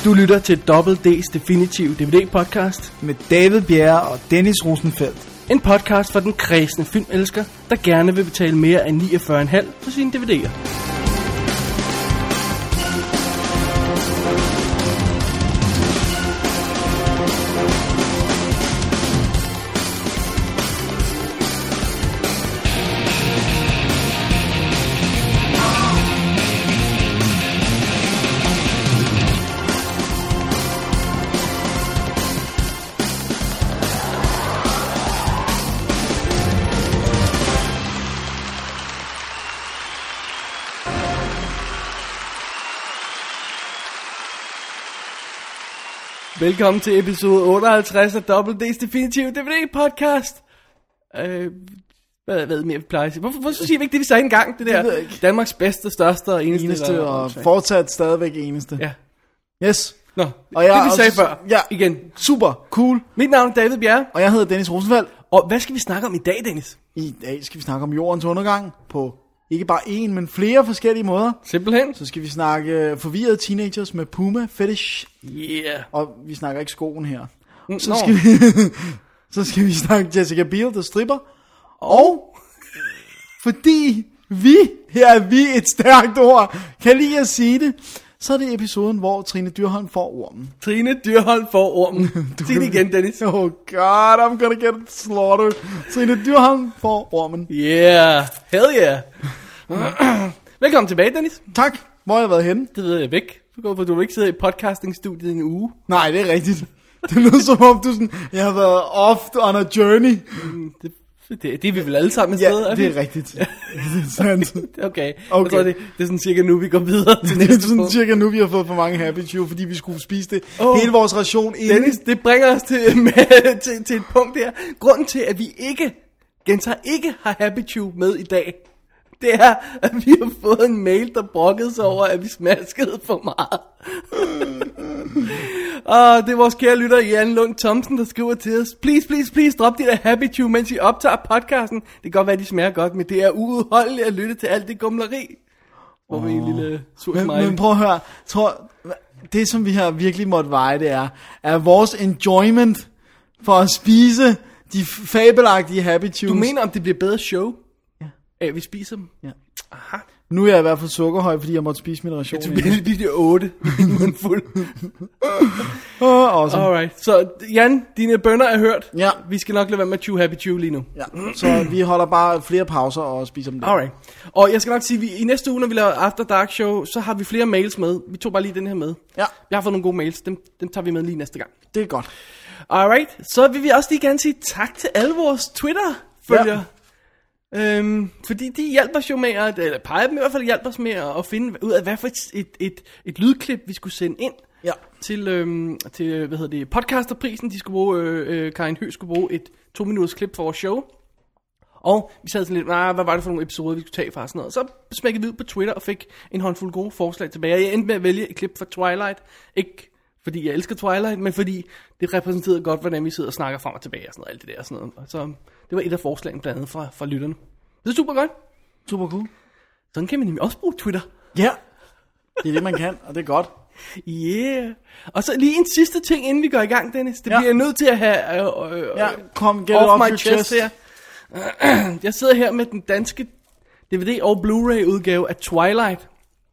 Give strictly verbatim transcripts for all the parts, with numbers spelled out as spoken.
Du lytter til Double D's Definitive D V D-podcast med David Bjerre og Dennis Rosenfeldt. En podcast for den kredsende filmelsker, der gerne vil betale mere end niogfyrre komma fem for sine D V D'er. Velkommen til episode otteoghalvtreds af Double D's Definitive D V D-podcast. Øh, hvad ved mere vi plejer at sige? Hvorfor, hvorfor siger vi ikke det, vi sagde engang? Det der det Danmarks bedste, største og eneste. Eneste der, og fortsat stadigvæk eneste. Ja. Yes. Nå, og jeg, det vi sagde også, før. Ja, igen. super, cool. Mit navn er David Bjerre. Og jeg hedder Dennis Rosenfeldt. Og hvad skal vi snakke om i dag, Dennis? I dag skal vi snakke om jordens undergang på ikke bare en, men flere forskellige måder. Simpelthen. Så skal vi snakke forvirrede teenagers med Puma fetish. Yeah. Og vi snakker ikke skoen her. Mm, så, no. skal vi, så skal vi snakke Jessica Biel, der stripper. Og fordi vi, her er vi et stærkt ord, kan lige at sige det, så er det episoden, hvor Trine Dyrholm får ormen. Trine Dyrholm får ormen. Sig det igen, Dennis. Oh god, I'm gonna get slaughtered. Trine Dyrholm får ormen. Yeah, hell yeah. Velkommen tilbage, Dennis. Tak. Hvor har jeg været henne? Det ved jeg væk. For du har ikke siddet i podcasting-studiet i en uge. Nej, det er rigtigt. Det lyder som om du sådan, jeg har været off on a journey. Mm, det, det, det er vi vel alle sammen et ja, sted, er det er rigtigt. Det er sandt. Okay, okay. Så det, det er sådan cirka nu, vi går videre til næste. Det er sådan cirka nu, vi har fået for mange Happy Chew, fordi vi skulle spise det. Oh, hele vores ration inden. Dennis, det bringer os til, med, til, til et punkt her. Grunden til, at vi ikke, gentager ikke har Happy Chew med i dag, det er, at vi har fået en mail, der brokkede sig over, at vi smaskede for meget. Og det er vores kære lytter, Jan Lund Thomsen, der skriver til os: Please, please, please, drop de der Happy Chew, mens I optager podcasten. Det kan godt være, de smager godt, men det er uudholdeligt at lytte til alt det gumleri. Hvor oh. vi en lille sur men, men prøv at høre, tror, det som vi har virkelig måtte veje, det er, er vores enjoyment for at spise de fabelagtige Happy Chews. Du mener, om det bliver bedre show? Af, vi spiser dem? Ja. Aha. Nu er jeg i hvert fald sukkerhøj, fordi jeg måtte spise min ration. Jeg tror, vi spiser otte. Min fuld. oh, awesome. Alright. Så Jan, dine bønner er hørt. Ja. Vi skal nok lade være med at chew Happy Chew lige nu. Ja. Så vi holder bare flere pauser og spiser dem der. Alright. Og jeg skal nok sige, at vi, i næste uge, når vi laver After Dark Show, så har vi flere mails med. Vi tog bare lige den her med. Ja. Jeg har fået nogle gode mails. Dem, dem tager vi med lige næste gang. Det er godt. Alright. Så vil vi også lige gerne sige tak til alle vores Twitter-følgere. Ja. Øhm, fordi de hjælper os jo med at, eller peger dem i hvert fald hjælper os med at, at finde ud af, hvad for et, et, et, et lydklip vi skulle sende ind ja. til, øhm, til, hvad hedder det, podcasterprisen. De skulle bruge, øh, øh, Karin Høgh skulle bruge et to minutters klip for vores show. Og vi sad sådan lidt, nej, hvad var det for nogle episoder, vi skulle tage fra sådan noget. Så smækkede vi ud på Twitter og fik en håndfuld gode forslag tilbage. Jeg endte med at vælge et klip fra Twilight. Ikke fordi jeg elsker Twilight, men fordi det repræsenterede godt, hvordan vi sidder og snakker frem og tilbage og sådan noget, alt det der og sådan noget. Og så det var et af forslagene blandt andet fra, fra lytterne. Det er super godt. Super cool. Sådan kan man nemlig også bruge Twitter. Ja, det er det man kan, og det er godt. Yeah. Og så lige en sidste ting, inden vi går i gang, Dennis. Det ja. bliver jeg nødt til at have øh, øh, ja, kom, get off, off my your chest, chest her. Jeg sidder her med den danske D V D og Blu-ray udgave af Twilight.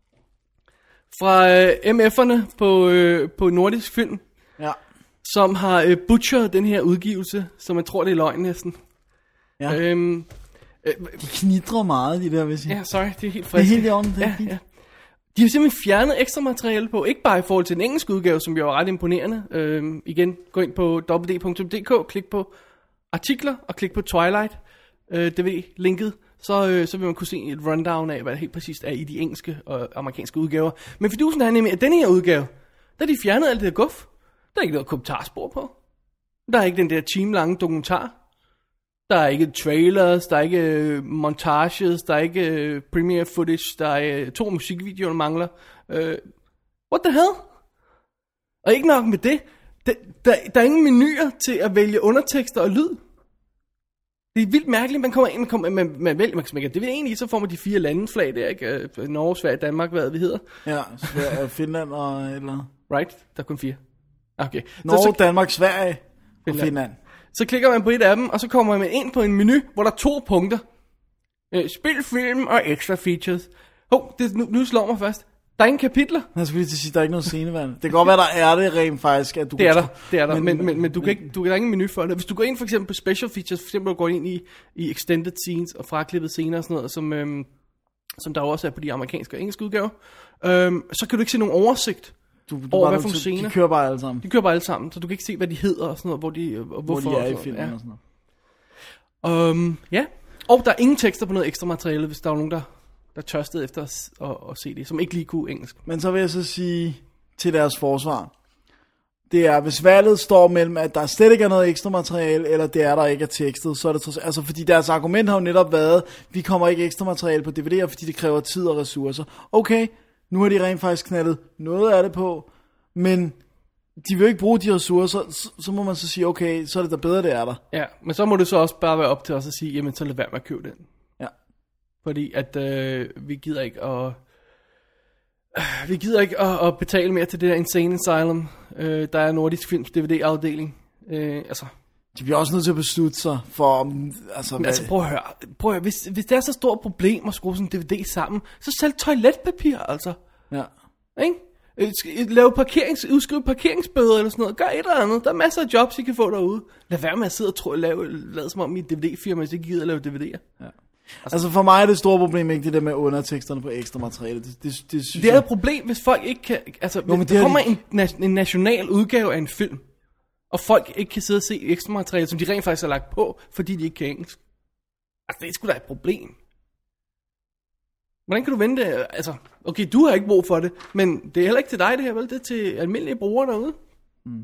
Fra øh, M F'erne på, øh, på Nordisk Film. Ja. Som har øh, butcheret den her udgivelse, som jeg tror det er løgn næsten. Ja. Øhm, øh, de knitrer meget, de der, vil sige. Ja, sorry, det er helt frisk. Det er helt i orden, det er ja, fint. ja. De har simpelthen fjernet ekstra materiale på, ikke bare i forhold til den engelske udgave, som jo var ret imponerende. Øhm, igen, gå ind på w w w punktum d k, klik på artikler og klik på Twilight øh, D V D-linket. Så, øh, så vil man kunne se et rundown af, hvad det helt præcist er i de engelske og amerikanske udgaver. Men fidusen er nemlig, at denne her udgave, der er de fjernet alt det der guf. Der er ikke noget kommentarspor på. Der er ikke den der timelange dokumentar. Der er ikke trailers, der er ikke uh, montages, der er ikke uh, premiere footage, der er uh, to musikvideoer, der mangler. Uh, what the hell? Og ikke nok med det. Der, der, der er ingen menuer til at vælge undertekster og lyd. Det er vildt mærkeligt, man kommer ind, man, kommer, man, man vælger, man smækker det ved egentlig, så får man de fire landeflag der, ikke? Norge, Sverige, Danmark, hvad det hedder. Ja, Sverige, Finland og eller... Right? Der er kun fire. Okay. Norge, så, Danmark, Sverige og Finland. Finland. Så klikker man på et af dem, og så kommer man ind på en menu, hvor der er to punkter. Øh, spil, film og extra features. Hov, det, nu, nu slår mig først. Der er ingen kapitler. Jeg skulle lige til at sige, der er ikke noget scenevand. Det kan godt være, der er det rent faktisk. At du det er kan der, det er der. Men, men, men, men du kan ikke, du kan der ingen menu for det. Hvis du går ind for eksempel på special features, for eksempel går ind i, i extended scenes og fraklippet scener og sådan noget, som, øhm, som der også er på de amerikanske og engelske udgaver, øhm, så kan du ikke se nogen oversigt du, du over, hvad for nogle scener. De kører bare alle sammen. De kører bare alle sammen, så du kan ikke se, hvad de hedder og sådan noget, hvor de, og hvorfor. Hvor de er i og filmen ja. og sådan noget. Um, ja, og der er ingen tekster på noget ekstra materiale, hvis der er nogen, der, der tørstede efter at, at, at se det, som ikke lige kunne engelsk. Men så vil jeg så sige til deres forsvar, det er, hvis valget står mellem, at der slet ikke er noget ekstra materiale, eller det er, der ikke er tekstet, så er det trods, altså fordi deres argument har jo netop været, vi kommer ikke ekstra materiale på D V D'er, fordi det kræver tid og ressourcer. Okay, nu har de rent faktisk knaldet noget af det på, men de vil ikke bruge de ressourcer, så, så må man så sige, okay, så er det da bedre, det er der. Ja, men så må det så også bare være op til os at sige, jamen så lad være med at købe den. Ja. Fordi at øh, vi gider ikke at... Vi gider ikke at, at betale mere til det der Insane Asylum. Øh, der er Nordisk Films D V D-afdeling. Øh, altså... De bliver også nødt til at beslutte sig for... Altså, Men altså prøv at høre, prøv at høre. Hvis, hvis det er så stort problem at skrue sådan en D V D sammen, så sælg toiletpapir, altså. Ja. Ikke? Lav parkerings, udskrive parkeringsbøder eller sådan noget. Gør et eller andet. Der er masser af jobs, I kan få derude. Lad være med at sidde og tro, lave, lade som om I er et D V D-firma, hvis I gider at lave D V D'er. Ja. Altså, altså for mig er det store problem ikke det der med underteksterne på ekstra materiale. Det, det, det, synes det er jeg... et problem, hvis folk ikke kan... Altså, jo, hvis der kommer de... en, en national udgave af en film, og folk ikke kan sidde og se ekstra materiale, som de rent faktisk har lagt på, fordi de ikke kan engelsk. Altså, det er sgu da et problem. Hvordan kan du vente? Altså, okay, du har ikke brug for det, men det er heller ikke til dig det her, vel? Det er til almindelige brugere derude. Mm.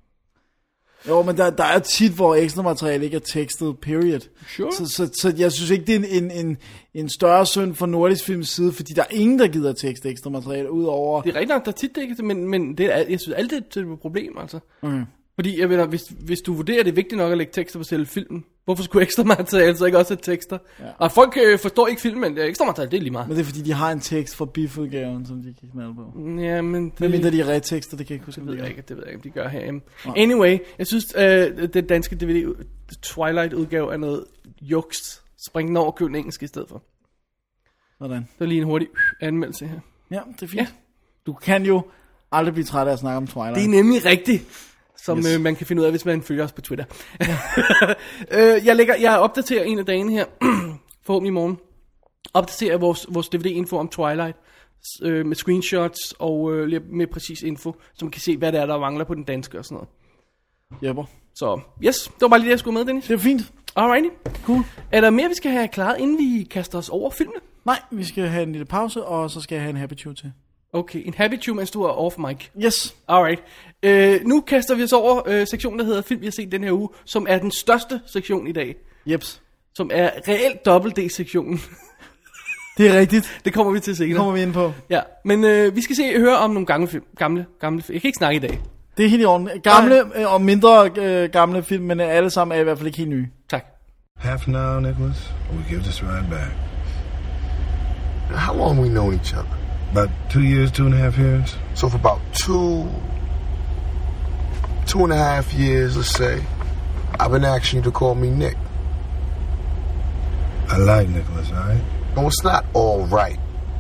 Jo, men der, der er tit, hvor ekstra materiale ikke er tekstet, period. Sure. Så, så, så jeg synes ikke, det er en, en, en, en større synd fra Nordisk Films side, fordi der er ingen, der gider tekste ekstra materiale, udover... Det er rigtigt nok, der er tit det ikke, men, men det er, jeg synes altid, det er et problem, altså. Mm. Fordi, jeg ved, hvis, hvis du vurderer, det er vigtigt nok at lægge tekster på selve filmen, hvorfor skulle ekstra materiale så ikke også have tekster? Ja. Og folk øh, forstår ikke filmen, men ekstra materiale, det er lige meget. Men det er fordi, de har en tekst fra biff-udgaven, som de kan knalde på. Ja, men... Det... Men mindre de er retekster, det kan jeg ikke huske. Det ved jeg ikke, det ved jeg ikke, om de gør herhjemme. Ja. Anyway, jeg synes, øh, den danske D V D Twilight-udgave er noget juks. Spring den over og køb den engelske i stedet for. Sådan. Det er lige en hurtig anmeldelse her. Ja, det er fint. Ja. Du kan jo aldrig blive træt af at snakke om Twilight. Det er nemlig rigtigt. Som yes. øh, man kan finde ud af, hvis man følger os på Twitter. øh, jeg, lægger, jeg opdaterer en af dagene her, forhåbentlig i morgen, opdaterer vores, vores D V D-info om Twilight, øh, med screenshots og øh, lidt mere præcis info, så man kan se, hvad det er, der mangler på den danske og sådan noget. Jepper. Så, yes, det var bare lige det, jeg skulle med, Dennis. Det er fint. Alrighty. Cool. Er der mere, vi skal have klaret, inden vi kaster os over filmene? Nej, vi skal have en lille pause, og så skal jeg have en happy tune til. Okay, en happy tune, mens du er off mic. Yes. Alright. Øh, nu kaster vi os over øh, sektionen, der hedder Film, vi har set den her uge, som er den største sektion i dag. Jeps. Som er reelt dobbelt D-sektionen. Det er rigtigt. Det kommer vi til senere. Det kommer vi ind på. Ja, men øh, vi skal se høre om nogle gamle film. Gamle, gamle film. Jeg kan ikke snakke i dag. Det er helt i orden. Gamle øh, og mindre øh, gamle film, men alle sammen er i hvert fald ikke helt nye. Tak. Half an hour, Nicholas, or we give this ride back. How long we known each other? About two years, two and a half years. So for about two, two and a half years, let's say, I've been asking you to call me Nick. I like Nicholas, all right? No, it's not all right.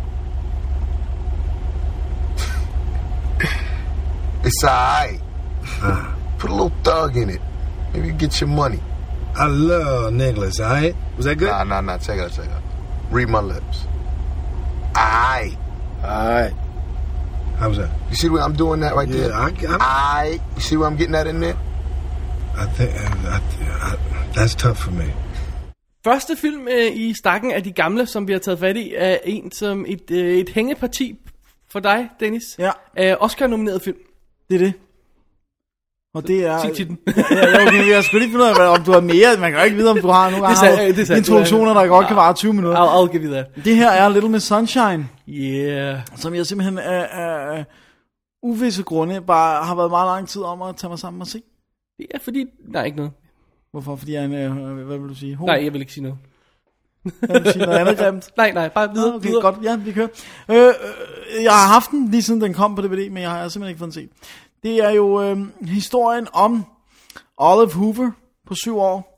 It's all right. Uh, Put a little thug in it. Maybe you get your money. I love Nicholas, all right? Was that good? Nah, nah, nah. Check it out, check it out. Read my lips. All right. All right. How was that? You see what I'm doing that right yeah, there? I, I, all right. You see what I'm getting that in there? I think I, I, that's tough for me. Første film øh, i stakken af de gamle, som vi har taget fat i, er en som et, øh, et hængeparti for dig, Dennis. Ja. Af Oscar-nomineret film. Det er det. Og det er... Sig titlen. ja, jeg, okay, jeg skulle lige finde ud af, om du har mere. Man kan jo ikke vide, om du har nogle gange introduktioner, der godt kan vare tyve minutter. I'll, I'll give you that. Det her er Little Miss Sunshine. Yeah. Som jeg simpelthen af, af uvisse grunde bare har været meget lang tid om at tage mig sammen og se. Det er fordi... Nej, ikke noget. Hvorfor? Fordi jeg er en... Øh, hvad vil du sige? Ho? Nej, jeg vil ikke sige noget. Hvad vil du sige? Noget andet grimt? Nej, nej, bare videre. Ah, okay, videre. godt. Ja, vi kører. Øh, øh, jeg har haft den lige siden den kom på D V D, men jeg har simpelthen ikke fået den set. Det er jo øh, historien om Olive Hoover på syv år.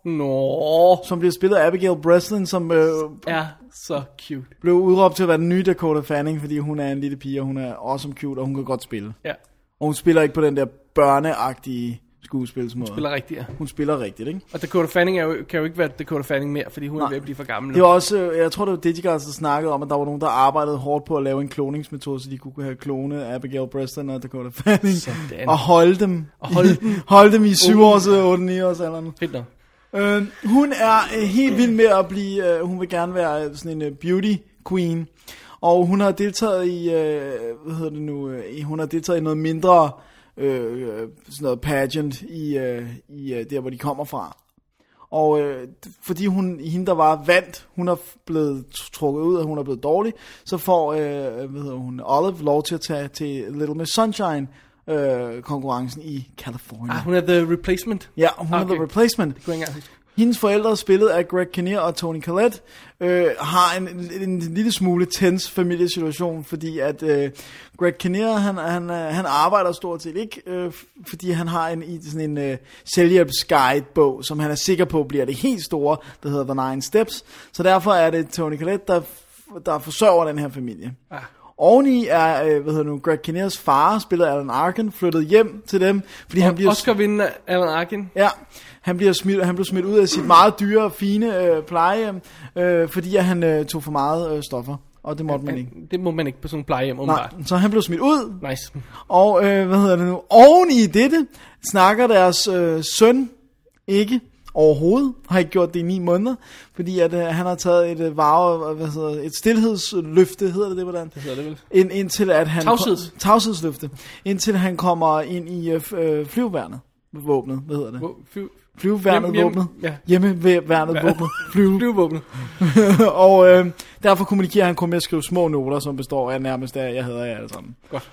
Nå. Som bliver spillet af Abigail Breslin, som øh, er så cute. Blev udråbt til at være den nye Dakota Fanning, fordi hun er en lille pige, og hun er awesome cute, og hun kan godt spille. Ja. Og hun spiller ikke på den der børneagtige skuespilsmåde. Hun spiller rigtigt, ja. Hun spiller rigtigt, ikke? Og Dakota Fanning er jo, kan jo ikke være Dakota Fanning mere, fordi hun Nej. er ved at blive for gammel. Det var også, jeg tror det var Digiguys, der snakkede om, at der var nogen, der arbejdede hårdt på at lave en kloningsmetode, så de kunne have klone Abigail Breslin og Dakota Fanning. Sådan. Og holde dem. Og holde dem. holde dem i syv års, otte ni års alderen. Fedt nok. Uh, hun er uh, helt vild med at blive, uh, hun vil gerne være uh, sådan en uh, beauty queen. Og hun har deltaget i, uh, hvad hedder det nu, uh, hun har deltaget i noget mindre, uh, sådan noget pageant i, uh, i uh, der, hvor de kommer fra. Og uh, fordi hun, hende der var vandt, hun er blevet trukket ud, og hun er blevet dårlig, så får, uh, hvad hedder hun, Olive lov til at tage til Little Miss Sunshine, Uh, konkurrencen i California. Ah, hun er The Replacement. Ja, hun okay. er The Replacement. Det kunne jeg ikke engang huske. Hendes forældre, spillet af Greg Kinnear og Toni Collette, øh, har en, en, en lille smule tens familiesituation, fordi at øh, Greg Kinnear, han, han, han arbejder stort set ikke, øh, fordi han har en, sådan en øh, selvhjælpsguide-bog, som han er sikker på bliver det helt store, der hedder The Nine Steps. Så derfor er det Toni Collette, der, der forsørger den her familie. Ah. Oveni er, øh, hvad hedder nu, Greg Kinnears far, spillet Alan Arkin, flyttet hjem til dem, fordi og han bliver Oscar-vindende Alan Arkin. Ja, han bliver smidt, han blev smidt ud af sit meget dyre og fine øh, plejehjem, øh, fordi at han øh, tog for meget øh, stoffer, og det måtte man ikke. Det må man ikke på sådan en plejehjem, umiddelbart. Nej, så han blev smidt ud. Nice. Og øh, hvad hedder det nu? Oveni dette snakker deres øh, søn ikke overhovedet, har ikke gjort det i ni måneder, fordi at, uh, han har taget et uh, vare, hvad hedder et stilhedsløfte, hedder det det, hvordan? Det hedder det vel. Ind, indtil at han... Tavsheds. Kom, tavshedsløfte. Indtil han kommer ind i uh, flyveværnet, våbnet, hvad hedder det? Fly, flyveværnet, hjem, våbnet. Ja. Hjemmeværnet, ja. Våbnet. Flyve. Flyvevåbnet. Og øh, derfor kommunikerer han kun med at skrive små noter, som består af nærmest af, jeg hedder jer alle sammen. Godt.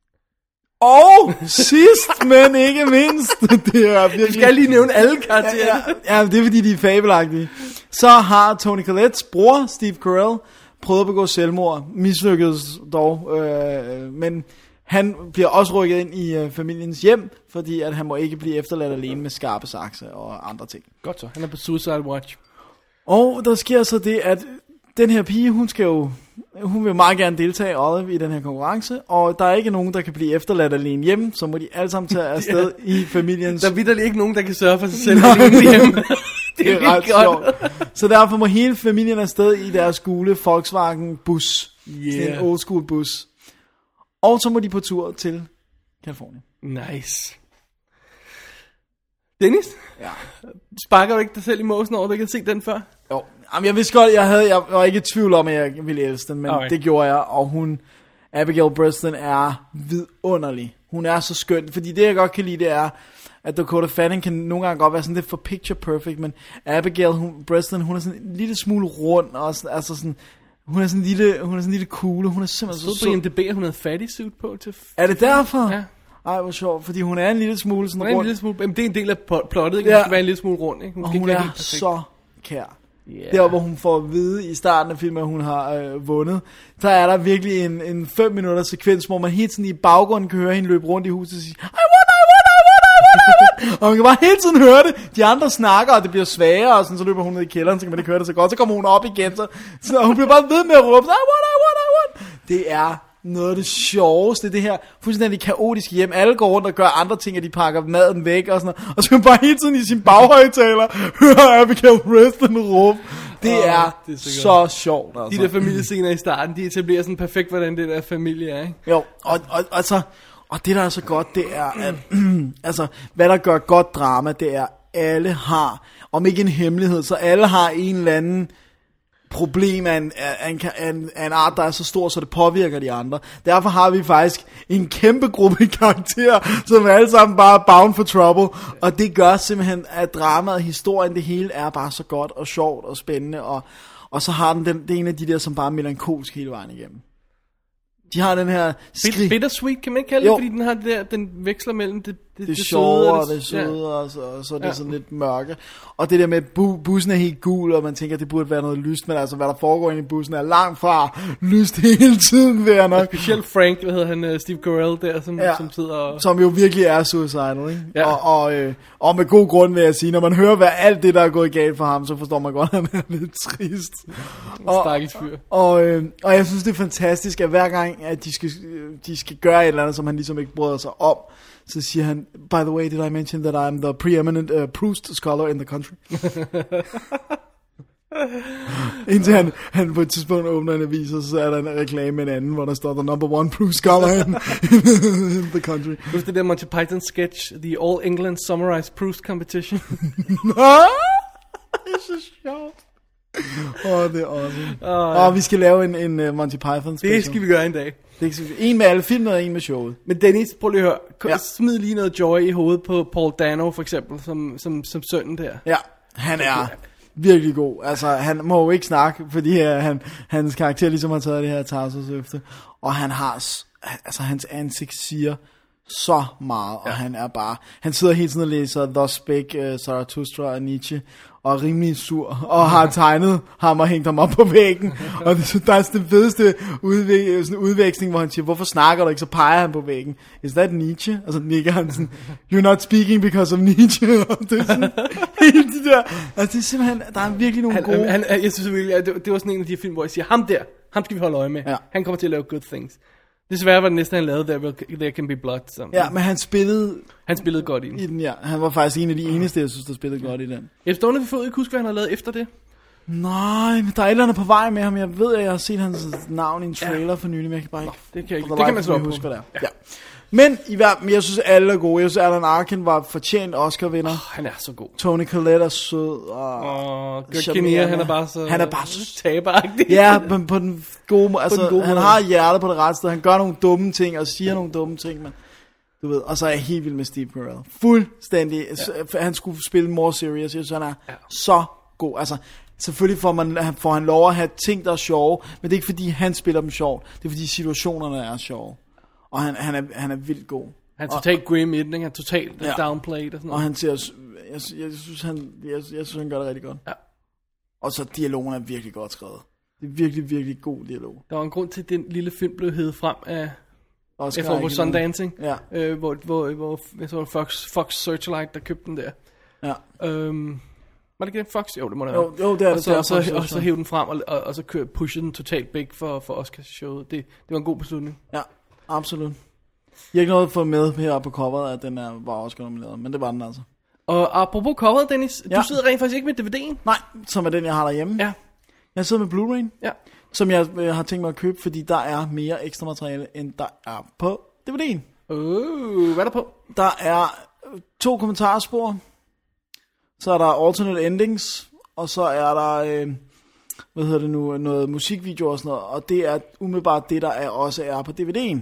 Og sidst, men ikke mindst, det er virkelig... Du skal lige nævne alle karakterer. Ja, ja, det er fordi, de er fabelagtige. Så har Toni Collettes bror, Steve Carell, prøvet at begå selvmord. Mislykkedes dog. Øh, men han bliver også rykket ind i øh, familiens hjem, fordi at han må ikke blive efterladt alene med skarpe sakse og andre ting. Godt så, han er på Suicide Watch. Og der sker så det, at den her pige, hun skal jo... Hun vil meget gerne deltage Olive i den her konkurrence, og der er ikke nogen, der kan blive efterladt alene hjemme, så må de alle sammen tage afsted ja. I familiens... Der er vitterligt ikke nogen, der kan sørge for sig selv alene hjemme. det, det er, er ret sjovt. Så derfor må hele familien afsted i deres gule Volkswagen bus. Yeah. Sådan en old school bus. Og så må de på tur til Californien. Nice. Dennis? Ja. Sparker du ikke dig selv i måsen over, at du ikke har set den før? Jo. Jamen, jeg vidste godt, jeg, havde, jeg var ikke i tvivl om, at jeg ville elske den, men okay. Det gjorde jeg, og hun, Abigail Breslin, er vidunderlig. Hun er så skøn, fordi det jeg godt kan lide, det er, at Dakota Fanning kan nogle gange godt være sådan lidt for picture perfect, men Abigail hun, Breslin, hun er sådan en lille smule rund, og altså sådan, hun er sådan en lille, hun er sådan en lille kugle, hun er simpelthen så sød. Så på I M D B, hun havde fatty suit på til... Er det derfor? Ja. Ej, hvor sjovt, fordi hun er en lille smule sådan hun er rund. En lille smule, jamen, det er en del af plottet, ikke? Hun ja. Skal være en lille smule rund, ikke? Hun og hun er så kær. Yeah. Der hvor hun får at vide i starten af filmen, at hun har øh, vundet, så er der virkelig en, en fem minutter sekvens, hvor man helt sådan i baggrunden kan høre hende løbe rundt i huset og sige, I won, I won, I won, I won, I won. Og man kan bare hele tiden høre det. De andre snakker, og det bliver sværere, og sådan, så løber hun ned i kælderen, så kan man ikke høre det så godt. Så kommer hun op igen, så, så hun bliver bare ved med at råbe, I won, I won, I won. Det er noget af det sjoveste, det her fuldstændig kaotiske hjem. Alle går rundt og gør andre ting, at de pakker maden væk og sådan noget. Og så kan man bare hele tiden i sin baghøjtaler høre Abigail Breslin råbe. Det, oh, er det er så, så sjovt, altså. De der familiescener i starten, de etablerer sådan perfekt, hvordan det der familie er, ikke? Jo, og, og, altså, og det der er så godt, det er, at, altså, hvad der gør godt drama, det er, alle har, om ikke en hemmelighed, så alle har en eller anden problem af en, af, en, af, en, af en art, der er så stor, så det påvirker de andre. Derfor har vi faktisk en kæmpe gruppe karakterer, som er alle sammen bare bound for trouble, og det gør simpelthen, at dramaet, historien, det hele er bare så godt og sjovt og spændende, og, og så har den, den det er en af de der, som bare er melankolsk hele vejen igennem. De har den her skrig... Bittersweet, kan man ikke kalde det, fordi den har det der, den veksler mellem det, det, det, det sjove, og det søde, ja. og, så, og så er det ja. sådan lidt mørke. Og det der med, bu- bussen er helt gul, og man tænker, at det burde være noget lyst, men altså, hvad der foregår inde i bussen er langt fra lyst hele tiden, vil jeg nok. Specielt Frank, hvad hedder han, Steve Carell der, som, ja. som sidder og... Som jo virkelig er suicidal, ikke? Ja. Og, og, øh, og med god grund vil jeg sige, når man hører, hvad alt det, der er gået galt for ham, så forstår man godt, at han er lidt trist. Stakkels fyr. Og, øh, og jeg synes, det er fantastisk, at hver gang, at de skal, de skal gøre et eller andet, som han ligesom ikke bryder sig om, så siger han, by the way, did I mention that I'm the preeminent uh, Proust scholar in the country? Indtil han, han på et tidspunkt åbner en avis, og så er der en reklame med en anden, hvor der står, the number one Proust scholar in, in the country. Det er det der Monty Python sketch, the All England Summarized Proust Competition. Det er så sjovt. Åh, oh, det er awesome. Åh, oh, oh, vi skal lave en, en uh, Monty Python special. Det skal vi gøre en dag. Det en med alle filmene og en med showet. Men Dennis, prøv lige at høre. Ja. Smid lige noget joy i hovedet på Paul Dano for eksempel, som, som, som sønnen der. Ja, han er virkelig god. Altså, han må jo ikke snakke, fordi uh, han, hans karakter ligesom har taget det her Tarsus efter. Og han har, altså hans ansigt siger så meget, ja. Og han er bare, han sidder hele tiden og læser Thus Spake, uh, Zarathustra og Nietzsche, og er rimelig sur, og har tegnet ham og hængt ham op på væggen, og det, der er den fedeste udvæk, sådan udveksling, hvor han siger, hvorfor snakker du ikke, så peger han på væggen, is that Nietzsche? Og så nikker han sådan, you're not speaking because of Nietzsche, og det er sådan, helt de der, altså det er simpelthen, der er virkelig nogle han, gode. Han, han, jeg synes virkelig, at det, det var sådan en af de film, hvor jeg siger, ham der, ham skal vi holde øje med, ja. Han kommer til at lave good things. Desværre var det næste, han lavede, der There Can Be Blood. Så. Ja, men han spillede... Han spillede godt i den. I den, ja. Han var faktisk en af de eneste, jeg synes, der spillede godt i den. Efterhånden vi får ikke huske, hvad han har lavet efter det. Nej, men der er et eller andet på vej med ham. Jeg ved, at jeg har set hans navn i en trailer ja. for nylig, men jeg kan bare ikke... Nå, det kan, ikke. Det kan man så huske, hvad det er. Ja. Ja. Men i hvert fald, jeg synes, alle er gode. Jeg synes, Alan Arkin var fortjent Oscar-vinder. Oh, han er så god. Toni Collette er sød. Og oh, Kinnear, han er bare så... Han er bare så taberagtig. Ja, men på den gode måde. Altså, gode han måde. har hjertet på det rette sted. Han gør nogle dumme ting og siger nogle dumme ting, men... Du ved, og så er jeg helt vild med Steve Carell. Fuldstændig. Ja. Han skulle spille more serious. Jeg synes, han er ja. så god. Altså, selvfølgelig får, man, får han lov at have ting, der er sjove, men det er ikke fordi, han spiller dem sjovt. Det er fordi, situationerne er sjove. Og han, han, er, han er vildt god. Han er totalt grim i den, ikke? Han er totalt ja. downplayed og sådan noget. Og han ser, jeg, jeg, synes, han, jeg, jeg synes, han gør det rigtig godt. Ja. Og så dialogen er virkelig godt skrevet. Det er virkelig, virkelig god dialog. Der var en grund til, at den lille film blev hævet frem af... Oscar, efter på Sundance, ja. øh, hvor, hvor, hvor jeg tror, Fox, Fox Searchlight, der købte den der. Ja. Øhm, var det ikke Fox? Jo, det må det være. Jo, jo, det er det. Og så, og så, og så hævde den frem, og, og, og så kørte, pushede den totalt big for, for Oscar-showet. Det, det var en god beslutning. Ja, absolut. Jeg har ikke noget at få med her på coveret, at den er bare Oscar-nomineret, men det var den altså. Og apropos coveret, Dennis, ja. Du sidder rent faktisk ikke med D V D'en. Nej, som er den, jeg har derhjemme. Ja. Jeg sidder med Blu-ray, ja. som jeg øh, har tænkt mig at købe, fordi der er mere ekstra materiale, end der er på D V D'en. Uh, hvad er der på? Der er to kommentarspor, så er der alternate endings, og så er der, øh, hvad hedder det nu, noget musikvideo og sådan noget, og det er umiddelbart det, der er, også er på D V D'en.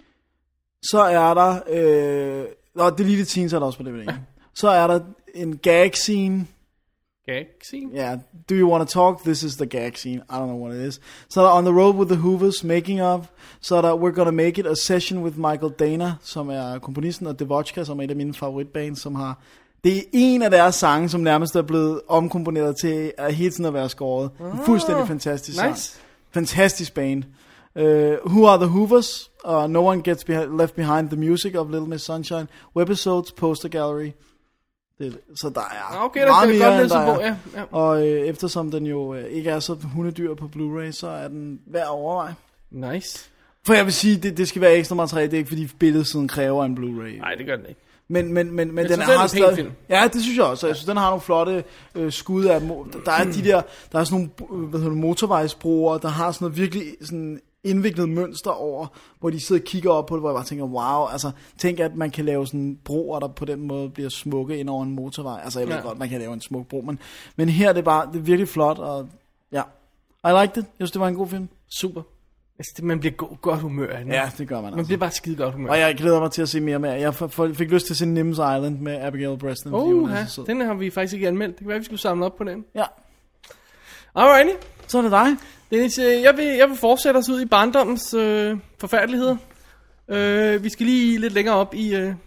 Så er der, øh, og deleted scenes er der også på D V D'en. Ja. Så er der en gag scene. Gag scene? Ja, yeah. Do you want to talk? This is the gag scene. I don't know what it is. Så er der On the Road with the Hoovers, Making of. Så er der We're Gonna Make It, A Session with Michael Dana, som er komponisten, og Devochka, som er et af mine favoritbands, som har... Det er en af deres sange, som nærmest er blevet omkomponeret til at hele tiden at være skåret. En fuldstændig fantastisk nice. sang. Fantastisk band. Uh, Who Are the Hoovers? Uh, No One Gets Be- Left Behind, The Music of Little Miss Sunshine. Webisodes, Poster Gallery. Det, så der er okay, meget det er mere, godt end der er. Ja, ja. Og øh, eftersom den jo øh, ikke er så hundedyr på Blu-ray, så er den værd at overveje. Nice. For jeg vil sige, det, det skal være ekstra materiale. Det er ikke fordi billedsiden kræver en Blu-ray. Nej, det gør den ikke. Men, men, men, men den har en stadig... film. Ja, det synes jeg også. Jeg synes, den har nogle flotte øh, skud af... Der er de der... Der er sådan nogle hvad hedder det, motorvejsbroer, der har sådan noget virkelig sådan indviklet mønster over, hvor de sidder og kigger op på det, hvor jeg bare tænker, wow, altså, tænk at man kan lave sådan broer, der på den måde bliver smukke ind over en motorvej. Altså, jeg ved ja. godt, man kan lave en smuk bro, men, men her er det bare, det er virkelig flot, og ja, I liked it. Jeg synes, det var en god film. Super. Altså, man bliver go- godt humør af den. Ja, det gør man altså. Man bliver bare skide godt humør. Og jeg glæder mig til at se mere med. Jeg f- fik lyst til at se Nims Island med Abigail Breslin. Oh, ja. Den har vi faktisk ikke anmeldt. Det kan være, vi skulle samle op på den. Ja. Alrighty. Så er det dig. Dennis, jeg vil, jeg vil fortsætte os ud i barndommens øh, forfærdeligheder. Øh, vi skal lige lidt længere op i, øh,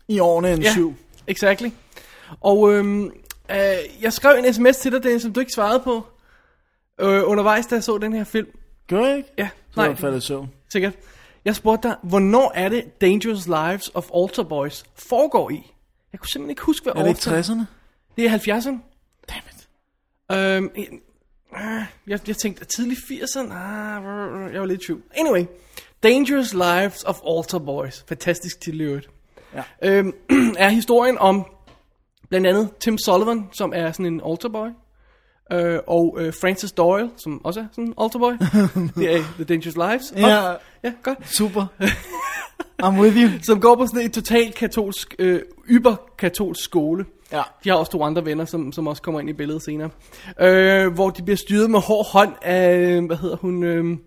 I årene end ja, syv. Exactly. Og øhm, øh, jeg skrev en sms til dig, Dennis, som du ikke svarede på øh, undervejs, da jeg så den her film. Gør jeg ikke? Ja, så nej. Så så. Sikkert. Jeg spurgte dig, hvornår er det Dangerous Lives of Altar Boys foregår i? Jeg kunne simpelthen ikke huske, hvad år. Er det ikke tresserne? Det er halvfjerdserne. Dammit. Øhm, jeg, jeg, jeg tænkte, tidlig firserne? Ah, jeg var lidt i tvivl. Anyway, Dangerous Lives of Altar Boys. Fantastisk titel i øvrigt. Ja. Øhm, er historien om blandt andet Tim Sullivan, som er sådan en altar boy, øh, og øh, Francis Doyle, som også er sådan en altar boy. Det er The Dangerous Lives. Ja, oh, ja, godt. Super. I'm with you. Som går på sådan en totalt katolsk, øh, yber-katolsk skole. Ja. De har også to andre venner, som, som også kommer ind i billedet senere. Øh, hvor de bliver styret med hård hånd af, hvad hedder hun, øh,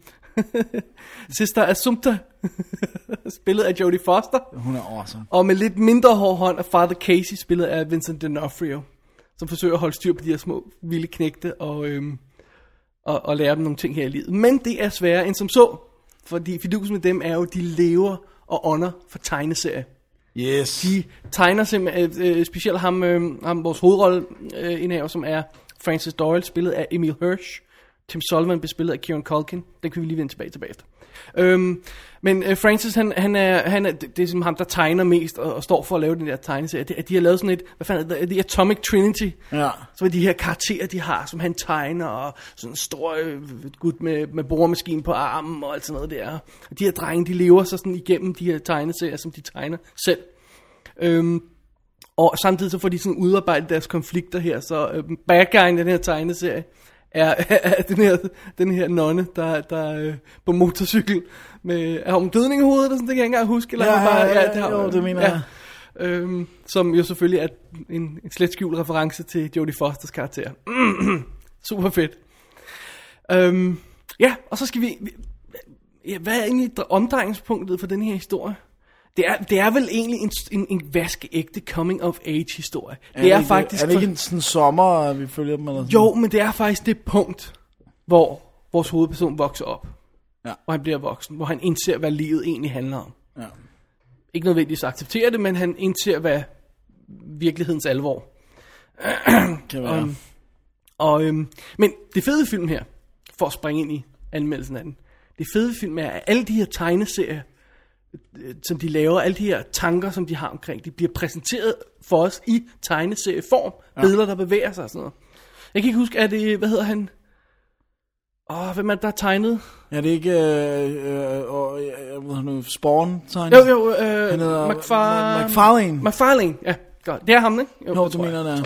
Sister Assumpta, spillet af Jodie Foster. Hun er awesome. Og med lidt mindre hård hånd af Father Casey, spillet af Vincent D'Onofrio, som forsøger at holde styr på de her små vilde knægte og, øhm, og, og lære dem nogle ting her i livet. Men det er sværere end som så, fordi fidusen med dem er jo, de lever og ånder for tegneserier. Yes. De tegner simpelthen, øh, specielt ham, øh, ham vores hovedrolle øh, indhaver, som er Francis Doyle, spillet af Emil Hirsch. Tim Sullivan blev spillet af Kieran Culkin. Den kan vi lige vende tilbage tilbage efter. Øhm, men øh, Francis, han, han er, han er, det, det er som ham, der tegner mest og, og står for at lave den der tegneserie. Det, de har lavet sådan et, hvad fanden er det, The Atomic Trinity. Ja. Så er de her karakterer, de har, som han tegner, og sådan en stor øh, gut med, med boremaskine på armen og alt sådan noget der. Og de her drenge, de lever så sådan igennem de her tegneserier, som de tegner selv. Øhm, og samtidig så får de sådan udarbejdet deres konflikter her, så øh, bad guyen i den her tegneserie er, er den her, den her nonne, der, der øh, på motorcykel med, er hun dødning i hovedet, eller sådan, det kan jeg ikke engang huske, eller ja, bare, ja, ja, ja, det har, jo, det mener ja, jeg. Øhm, som jo selvfølgelig er en, en slet skjult reference til Jodie Fosters karakter. Super fedt. Øhm, ja, og så skal vi, ja, hvad er egentlig omdrejningspunktet for den her historie? Det er, det er vel egentlig en, en, en vaskeægte coming of age historie. Er det er, det, faktisk er det ikke en sådan sommer, vi følger dem? Eller sådan? Jo, men det er faktisk det punkt, hvor vores hovedperson vokser op. Ja. Hvor han bliver voksen. Hvor han indser, hvad livet egentlig handler om. Ja. Ikke nødvendigvis accepterer det, men han indser, hvad virkelighedens alvor. Kan være. um, og, øhm, men det fede film her, for at springe ind i anmeldelsen af den, det fede film er, at alle de her tegneserier, som de laver, alle de her tanker, som de har omkring, de bliver præsenteret for os i tegneserieform. Ja. Billeder, der bevæger sig og sådan noget. Jeg kan ikke huske, er det, hvad hedder han? Åh, hvem er det, der er tegnet? Ja, det er ikke, øh, øh, øh, hvad hedder Spawn tegnet? Jo, jo, øh, Han hedder McFar... McFarlane. McFarlane, ja, godt. Det er ham, ikke? Jo, du mener det.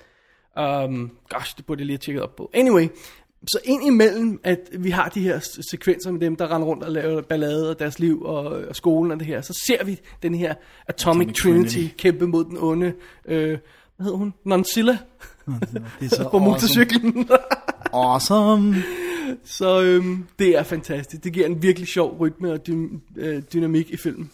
Um, gosh, det burde jeg lige have tjekket op på. Anyway, så ind imellem, at vi har de her sekvenser med dem, der render rundt og laver ballade og deres liv og, og skolen og det her, så ser vi den her Atomic, Atomic Trinity, Trinity kæmpe mod den onde, øh, hvad hedder hun? Nonsilla. Det er så på motorcyklen. Awesome. Så øhm, det er fantastisk. Det giver en virkelig sjov rytme og dy- øh, dynamik i filmen.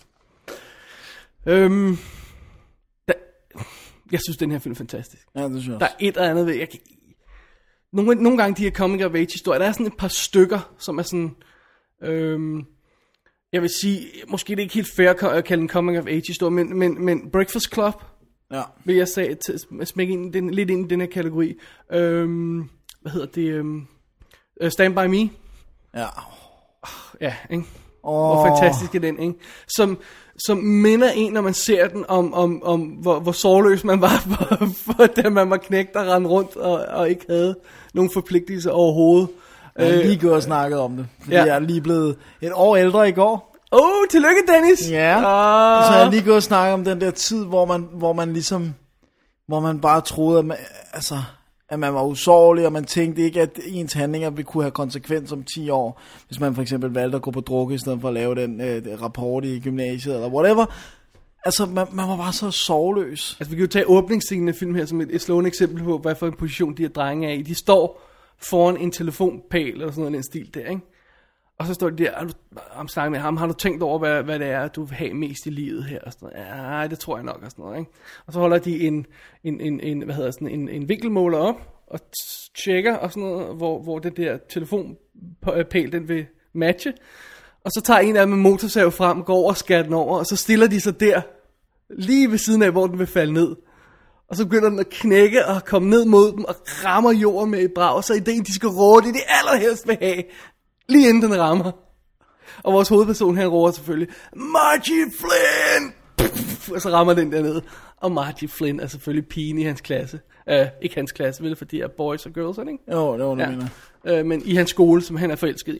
Øhm, der, jeg synes, den her film er fantastisk. Ja, det synes jeg Der er et eller andet ved, jeg kan, nogle, nogle gange de her coming of age historier, der er sådan et par stykker, som er sådan, øhm, jeg vil sige, måske det er ikke helt fair at kalde en coming of age historie, men, men, men Breakfast Club, ja, vil jeg sige, smække ind, den, lidt ind i den her kategori. Øhm, hvad hedder det? Øhm, uh, Stand By Me. Ja. Ja, ikke? Oh. Hvor fantastisk er den, ikke? Som, som minder en, når man ser den, om, om, om hvor, hvor sårløs man var, for, for da man var knægt og rendte rundt, og, og ikke havde nogen forpligtelser overhovedet. Jeg har lige gået og snakket om det, fordi ja. jeg er lige blevet et år ældre i går. Åh, oh, tillykke Dennis! Ja, ah. så har jeg lige gået og snakket om den der tid, hvor man, hvor man ligesom, hvor man bare troede, at man, altså, at man var usårlig, og man tænkte ikke, at ens handlinger ville kunne have konsekvens om ti år, hvis man for eksempel valgte at gå på drukke, i stedet for at lave den øh, rapport i gymnasiet, eller whatever. Altså, man, man var bare så sorgløs. Altså, vi kan jo tage åbningsscenen af filmen her, som et, et slående eksempel på, hvad for en position de her drenge er i. De står foran en telefonpæl, eller sådan noget, den stil der, ikke? Og så står de der, og han snakker med ham, har du tænkt over, hvad, hvad det er, du vil have mest i livet her? Og sådan noget. Ja, det tror jeg nok, og sådan noget, ikke? Og så holder de en, en, en, en hvad hedder sådan, en, en vinkelmåler op, og tjekker, og sådan noget, hvor, hvor den der telefonpæl, den vil matche. Og så tager en af dem en motorsav frem, går over og skærer den over, og så stiller de sig der, lige ved siden af, hvor den vil falde ned. Og så begynder den at knække og komme ned mod dem og rammer jorden med et brag. Og så ideen, de skal råbe det, de allerhelst vil have, lige inden den rammer. Og vores hovedperson her råber selvfølgelig, Margie Flynn! Og så rammer den dernede. Og Margie Flynn er selvfølgelig pigen i hans klasse. Uh, ikke hans klasse, vel, fordi de er boys og girls, ikke? Jo, det var det, ja. mener. Uh, men i hans skole, som han er forelsket i.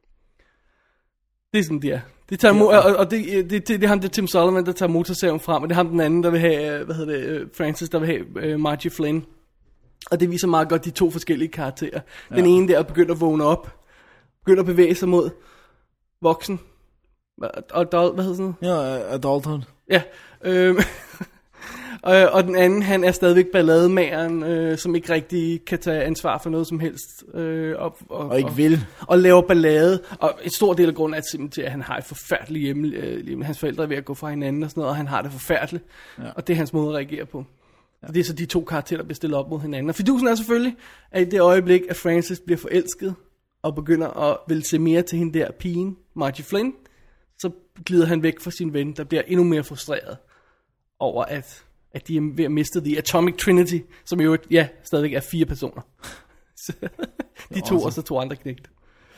Det er sådan, de er. Det tager mo- og, og det, det, det, det er ham, det er Tim Sullivan, der tager motorsaven frem, og det er ham den anden, der vil have, hvad hedder det, Francis, der vil have uh, Margie Flynn. Og det viser meget godt de to forskellige karakterer. Den ja. ene der begynder at vågne op, begynder at bevæge sig mod voksen. Adult, hvad hedder sådan noget? Ja, adulthood. Ja, øh, og, og den anden, han er stadigvæk ballademageren, øh, som ikke rigtig kan tage ansvar for noget som helst. Øh, og, og, og ikke vil. Og, og laver ballade. Og en stor del af grunden er simpelthen til, at han har et forfærdeligt hjemme. Øh, hans forældre er ved at gå fra hinanden og sådan noget, og han har det forfærdeligt. Ja. Og det er hans måde at reagere på. Ja. Det er så de to karakterer, der bliver stillet op mod hinanden. Og fidusen er selvfølgelig, at i det øjeblik, at Francis bliver forelsket, og begynder at vil se mere til hende der pigen, Margie Flynn, så glider han væk fra sin ven, der bliver endnu mere frustreret over, at, at de er ved at miste The Atomic Trinity, som jo, ja, stadigvæk er fire personer. de to, og så to andre knægte.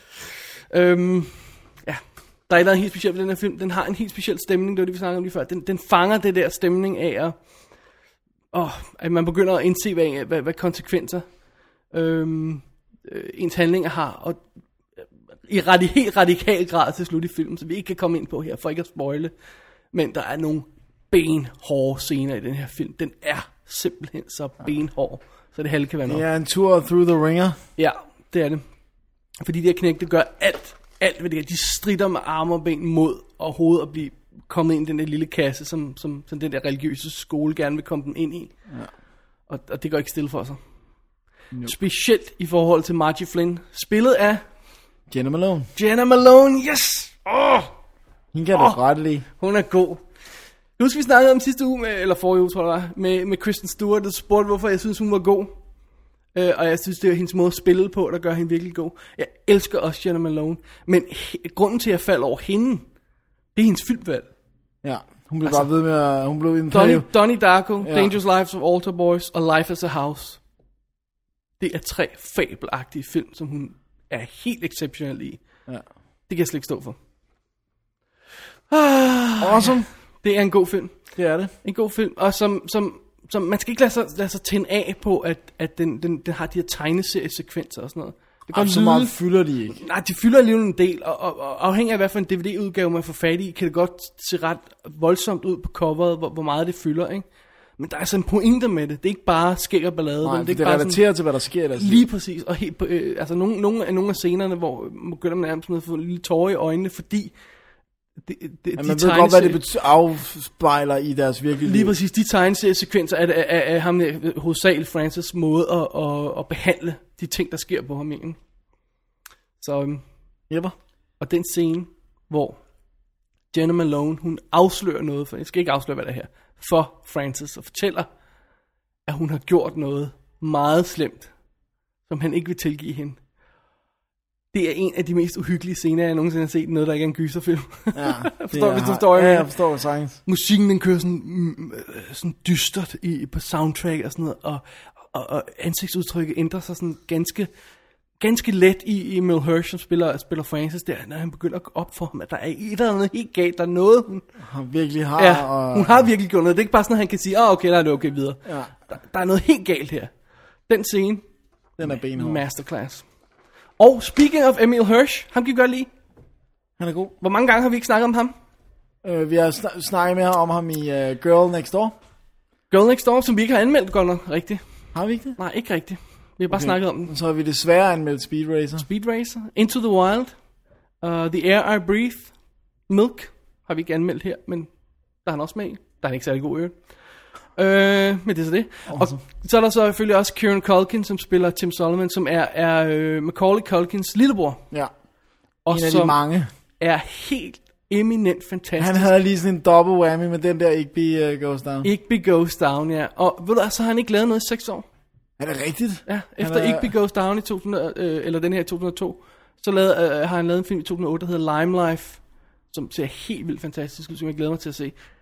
Øhm, ja, der er noget helt specielt ved den her film. Den har en helt speciel stemning, det var det, vi snakkede om lige før. Den, den fanger det der stemning af, at, åh, at man begynder at indse, hvad, hvad, hvad konsekvenser øhm, øh, ens handlinger har, og i radi- helt radikal grad til slut i filmen, så vi ikke kan komme ind på her, for ikke at spoile. Men der er nogle benhårde scener i den her film. Den er simpelthen så benhård, så det halve kan være nok. Det er en tur through the ringer. Ja, det er det. Fordi de her knægte gør alt, alt hvad det er. De strider med arme og ben mod overhovedet at blive kommet ind i den der lille kasse, som, som, som den der religiøse skole gerne vil komme dem ind i. Ja. Og, og det går ikke stille for sig. No. Specielt i forhold til Margie Flynn. Spillet af Jenna Malone. Jenna Malone, yes! Åh! Oh! Hun kan oh! da ret lide. Hun er god. Nu skal vi snakke om sidste uge, med, eller forrige uge, tror jeg det var, med, med Kristen Stewart, der spurgte, hvorfor jeg synes, hun var god. Uh, og jeg synes, det er hendes måde at spille på, der gør hende virkelig god. Jeg elsker også Jenna Malone. Men he- grunden til, at jeg falder over hende, det er hendes filmvalg. Ja, hun blev altså, bare ved med at... Hun blev en Donnie, Donnie Darko, ja. Dangerous Lives of Altar Boys og Life as a House. Det er tre fabelagtige film, som hun er helt exceptionel i. Ja. Det kan jeg slet ikke stå for. Ah, awesome. Det er en god film. Det er det. En god film. Og som, som, som man skal ikke lade sig, lade sig tænde af på, at, at den, den, den har de her tegneseriesekvenser og sådan noget. Det kan så meget fylder de ikke. Nej, de fylder alligevel en del. Og, og, og afhængig af hvad for en D V D-udgave man får fat i, kan det godt se ret voldsomt ud på coveret, hvor, hvor meget det fylder, ikke? Men der er sådan en pointe med det. Det er ikke bare skæg og ballade. Nej, det, det, det relaterer sådan, til, hvad der sker. Der lige præcis. Og helt, øh, altså nogle, nogle, af, nogle af scenerne, hvor man begynder man nærmest med at få en lille tårer i øjnene, fordi det, det, ja, de man ved godt, hvad det betyder, afspejler i deres virkelige lige præcis. De tegneseriesekvenser er, er, er, er ham hovedsageligt Francis' måde at, at, at behandle de ting, der sker på ham. Ikke? Så, um, Jepper. Og den scene, hvor Jenna Malone, hun afslører noget, for jeg skal ikke afsløre, hvad det er her, for Francis, og fortæller, at hun har gjort noget meget slemt, som han ikke vil tilgive hende. Det er en af de mest uhyggelige scener, jeg nogensinde har set, noget der ikke er en gyserfilm. Ja, forstår, hvis du forstår, ja, jeg forstår sagtens. Musikken, den kører sådan, mm, sådan dystert i, på soundtrack og sådan noget, og, og, og ansigtsudtrykket ændrer sig sådan ganske, ganske let i, i Emile Hirsch, som spiller, spiller Francis der, når han begynder at gå op for ham, at der er et eller andet helt galt, der er noget, hun han virkelig har. Ja, og... hun har virkelig gjort noget. Det er ikke bare sådan, at han kan sige, ah, okay, der er det okay videre. Ja. Der, der er noget helt galt her. Den scene, den er benhård. Masterclass. Og speaking of Emile Hirsch, ham kan vi godt lide. Han er god. Hvor mange gange har vi ikke snakket om ham? Uh, vi har sn- snakket med om ham i uh, Girl Next Door. Girl Next Door, som vi ikke har anmeldt godt nok rigtigt. Har vi ikke det? Nej, ikke rigtigt. Vi har bare okay. snakket om den. Så har vi desværre anmeldt Speed Racer. Speed Racer, Into the Wild, uh, The Air I Breathe, Milk har vi ikke anmeldt her, men der er han også med i. Der er han ikke særlig god i øvrigt. Øh, men det er så det. Awesome. Og så er der så selvfølgelig også Kieran Culkin, som spiller Tim Sullivan, som er, er uh, Macaulay Culkins lillebror. Ja. Og en af de mange. Er helt eminent fantastisk. Han havde lige sådan en double whammy med den der Igby uh, Goes Down. Igby Goes Down, ja. Og ved du, så har han ikke lavet noget i seks år. Er det rigtigt? Ja, efter er... Igby Goes Down i to tusind, øh, eller den her i to tusind og to, så lavede, øh, har han lavet en film i to tusind og otte, der hedder Lime Life, som ser helt vildt fantastisk ud, som jeg glæder mig til at se.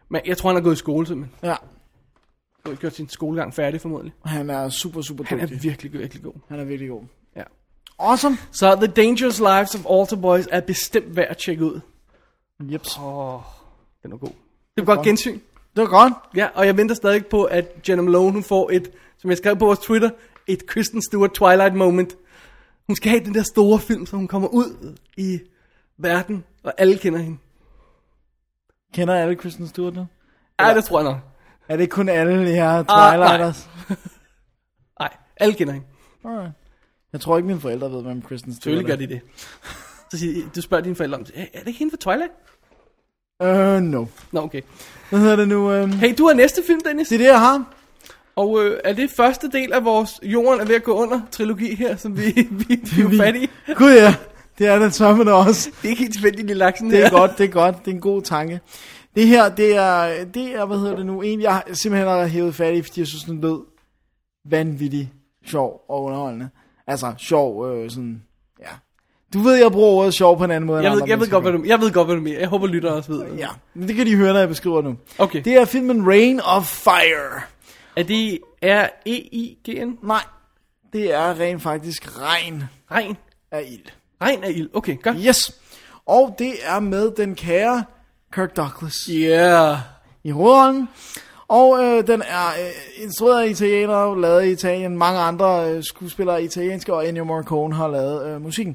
Men jeg tror, han har gået i skole simpelthen. Ja. Han har gjort sin skolegang færdig formodentlig. Han er super, super dygtig. Han er virkelig, virkelig god. Han er virkelig god. Ja. Awesome. Så The Dangerous Lives of Altar Boys er bestemt værd at tjekke ud. Jeps. Åh, oh, den er god. Det er godt gensyn. Det var godt. Ja, og jeg venter stadig på, at Jenna Malone, hun får et, som jeg skrev på vores Twitter, et Kristen Stewart Twilight moment. Hun skal have den der store film, så hun kommer ud i verden, og alle kender hende. Kender alle Kristen Stewart nu? Ja, det tror jeg nok. Er det ikke kun alle de her Twilighters? Ah, nej. nej, alle kender hende. Alright. Jeg tror ikke, mine forældre ved, hvem Kristen Stewart er. Selvfølgelig gør de det. Så siger, du spørger dine forældre om, er det ikke hende for Twilight? Uh, no. Nå, okay. Hvad hedder det nu? Um... Hey, du har næste film, Dennis. Det er det, jeg har. Og øh, er det første del af vores Jorden er ved at gå under trilogi her, som vi, vi, vi er fat i? Gud ja, det er den samme der også. Det er ikke helt tilfældigt i laksen Det er her. godt, det er godt, det er en god tanke. Det her, det er, det er, hvad hedder det nu, en jeg simpelthen har hævet fat i, fordi jeg synes, den lød vanvittig sjov og underholdende. Altså, sjov, øh, sådan, ja. Du ved, jeg bruger ordet sjov på en anden måde. Jeg ved, jeg ved godt, hvad du, jeg ved godt, hvad du mener. Jeg håber, lytter også ved. Ja, men det kan de høre, når jeg beskriver nu. Okay. Det er filmen Reign of Fire. Er det R E I G N? Nej, det er rent faktisk regn Regn. af ild. Regn af ild. Okay, godt. Yes. Og det er med den kære Kirk Douglas Yeah. i hovedrollen. Og øh, den er øh, instrueret af italienere, lavet i Italien. Mange andre øh, skuespillere italienske, og Ennio Morricone har lavet øh, musikken.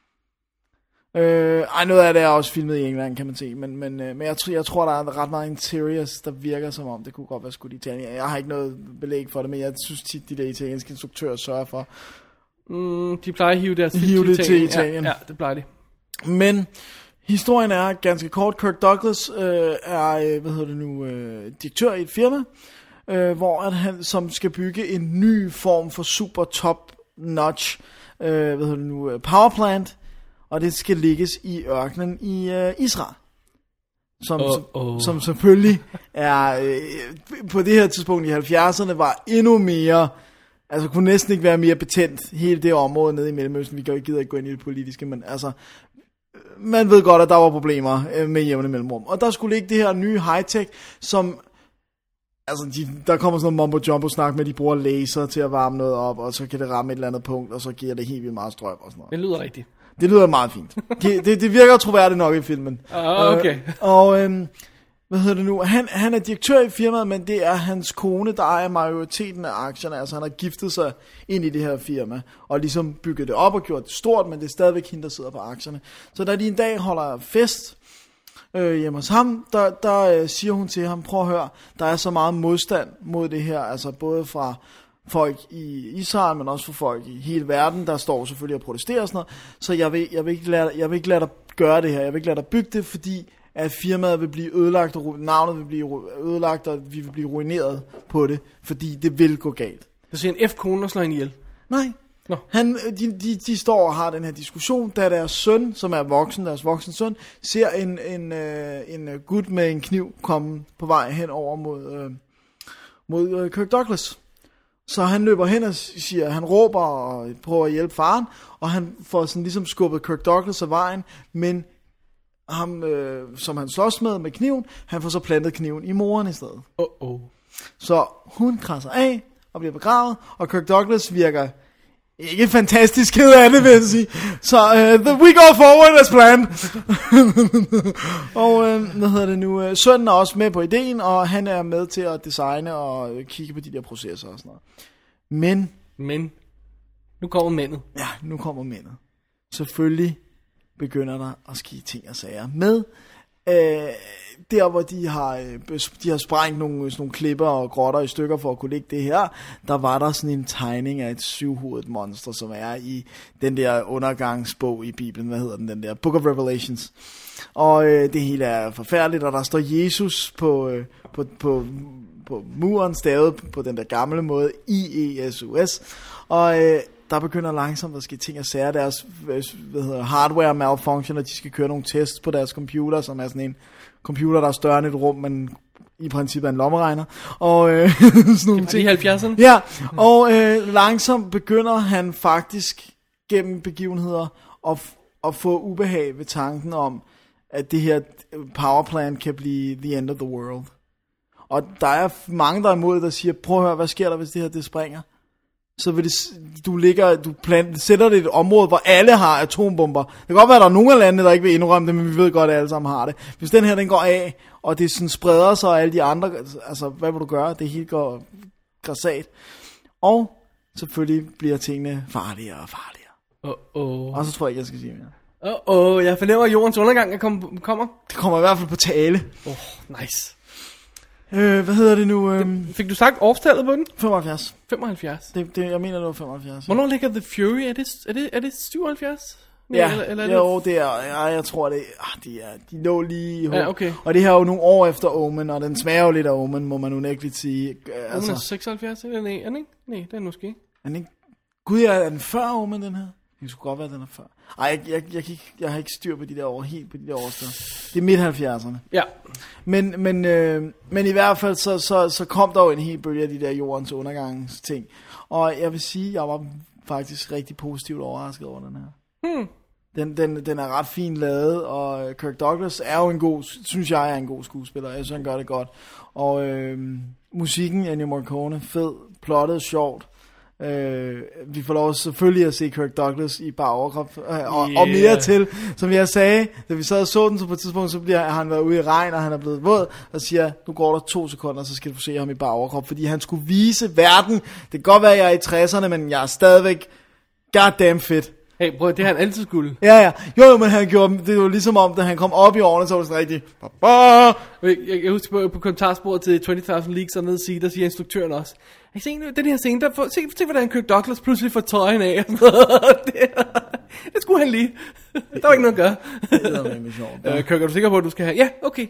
Øh, ej, noget af det er også filmet i England, kan man se. Men, men, øh, men jeg, tror, jeg tror, der er ret meget interiors, der virker som om, det kunne godt være skudt i Italien. Jeg har ikke noget belæg for det, men jeg synes tit, de der italienske instruktører sørger for. Mm, de plejer at hive deres film Hive til det til Italien. Italien. Ja, ja, det plejer de. Men historien er ganske kort. Kirk Douglas øh, er, øh, hvad hedder det nu, øh, direktør i et firma, øh, hvor at han som skal bygge en ny form for super top notch, øh, hvad hedder det nu, øh, power plant, og det skal ligges i ørkenen i øh, Israel. Som, Oh, som, oh. som selvfølgelig er øh, på det her tidspunkt i halvfjerdserne var endnu mere, altså kunne næsten ikke være mere betændt, hele det område nede i Mellemøsten. Vi gider ikke gå ind i det politiske, men altså man ved godt, at der var problemer øh, med jævne mellemrum. Og der skulle ligge det her nye high-tech, som altså de, der kommer sådan noget mumbo-jumbo-snak med, at de bruger laser til at varme noget op, og så kan det ramme et eller andet punkt, og så giver det helt vildt meget strøm og sådan noget. Det lyder rigtigt. Det lyder meget fint. Det, det, det virker troværdigt nok i filmen. Ah, okay. Øh, og øhm, hvad hedder det nu? Han, han er direktør i firmaet, men det er hans kone, der ejer majoriteten af aktierne. Altså han har giftet sig ind i det her firma, og ligesom bygget det op og gjort det stort, men det er stadigvæk hende, der sidder på aktierne. Så da de en dag holder fest øh, hjemme hos ham, der, der øh, siger hun til ham, prøv at høre, der er så meget modstand mod det her, altså både fra folk i Israel, men også for folk i hele verden, der står selvfølgelig og protesterer og sådan noget. Så jeg vil, jeg vil, ikke, lade, jeg vil ikke lade dig gøre det her, jeg vil ikke lade dig bygge det, fordi at firmaet vil blive ødelagt, og navnet vil blive ødelagt, og vi vil blive ruineret på det, fordi det vil gå galt. Så siger en F-kone og slår hende ihjel. Nej. Nå. Han, de, de, de står og har den her diskussion, da deres søn, som er voksen, deres voksen søn, ser en, en, øh, en gut med en kniv komme på vej hen over mod, øh, mod øh, Kirk Douglas. Så han løber hen og siger, han råber og prøver at hjælpe faren, og han får sådan ligesom skubbet Kirk Douglas af vejen, men ham, øh, som han slås med med kniven, han får så plantet kniven i moren i stedet. Oh, oh. Så hun krasser af og bliver begravet, og Kirk Douglas virker ikke fantastisk ked af det, vil jeg sige. Så uh, the, we go forward as planned. Og uh, hvad hedder det nu? Uh, sønnen er også med på ideen, og han er med til at designe og uh, kigge på de der processer og sådan noget. Men, Men, nu kommer mændet. ja, nu kommer mændet. Selvfølgelig begynder der at ske ting og sager med. Øh, der hvor de har øh, de har sprængt nogle, sådan nogle klipper og grotter i stykker for at kunne lægge det her, der var der sådan en tegning af et syvhovedet monster, som er i den der undergangsbog i Bibelen, hvad hedder den, den der Book of Revelations. Og øh, det hele er forfærdeligt, og der står Jesus på, øh, på, på, på muren, stavet på den der gamle måde, I E S U S, og øh, der begynder langsomt at ske ting og sager. Deres hvad hedder, hardware malfunction, og de skal køre nogle tests på deres computer, som er sådan en computer, der er større end et rum, men i princippet er en lommeregner. Og øh, sådan nogle ting. I halvfjerdserne? Ja, og øh, langsomt begynder han faktisk gennem begivenheder at, at få ubehag ved tanken om, at det her powerplant kan blive the end of the world. Og der er mange, der er imod, der siger, prøv at høre, hvad sker der, hvis det her det springer? Så vil det, du ligger, du plant, sætter det i et område, hvor alle har atombomber. Det kan godt være, at der er nogle af landene, der ikke vil indrømme det, men vi ved godt, at alle sammen har det. Hvis den her, den går af, og det sådan spreder sig, og alle de andre, altså, hvad vil du gøre? Det hele går grassat. Og selvfølgelig bliver tingene farligere og farligere. Uh-oh. Og så tror jeg ikke, jeg skal sige mere. Uh-oh, jeg fornemmer, at jordens undergang er kom- kommer. Det kommer i hvert fald på tale. Åh, oh, nice. Øh, hvad hedder det nu? Øh, Fik du sagt årstallet på den? femoghalvfjerds. femoghalvfjerds. Det, det, jeg mener, det var femoghalvfjerds. Hvornår ligger The Fury? Er det, er det, er det syvoghalvfjerds? Ja, eller, eller er jo, det er, ja, jeg tror det, ah, de, er, de lå lige i hovedet. Ja, okay. Og det her er jo nogle år efter Omen, og den smager jo lidt af Omen, må man unægteligt sige. Altså, Omen er seksoghalvfjerds, eller nej, er den ikke? Nej, det er måske. Er den ikke? Gud, er, er den før Omen, den her? Det skulle godt være, den er før. Ej, jeg, jeg, jeg, jeg, jeg har ikke styr på de der år, helt på de der årstal. Det er midt halvfjerdserne. Ja. Men, men, øh, men i hvert fald, så, så, så kom der jo en hel bølge af de der jordens undergangsting. Og jeg vil sige, jeg var faktisk rigtig positivt overrasket over den her. Hmm. Den, den, den er ret fint lavet, og Kirk Douglas er jo en god, synes jeg er en god skuespiller. Jeg synes, han gør det godt. Og øh, musikken, Ennio Morricone, fed, plottet, sjovt. Øh, vi får lov selvfølgelig at se Kirk Douglas i bare overkrop, øh, og, yeah. og mere til. Som jeg sagde, da vi sad og så den, så på et tidspunkt, så bliver han været ude i regn, og han er blevet våd, og siger, nu går der to sekunder, så skal du se ham i bare overkrop, fordi han skulle vise verden. Det kan godt være, at jeg er i tresserne, men jeg er stadigvæk goddamn fit. Hey, prøv, det har han altid skulle. Ja, ja. Jo, jo, men han gjorde, det var ligesom om, da han kom op i årene, så var det sådan rigtig... Jeg, jeg husker på, på kommentarsporet til tyve thousand Leagues og nede at sige, der siger instruktøren også. Jeg se, den her scene, der får, se, se, hvordan Kirk Douglas pludselig får tøjen af. det, det skulle han lige. Der var ikke noget at gøre. Det er rigtig sjovt. Ja. Øh, Kirk, er du sikker på, at du skal have? Ja, okay.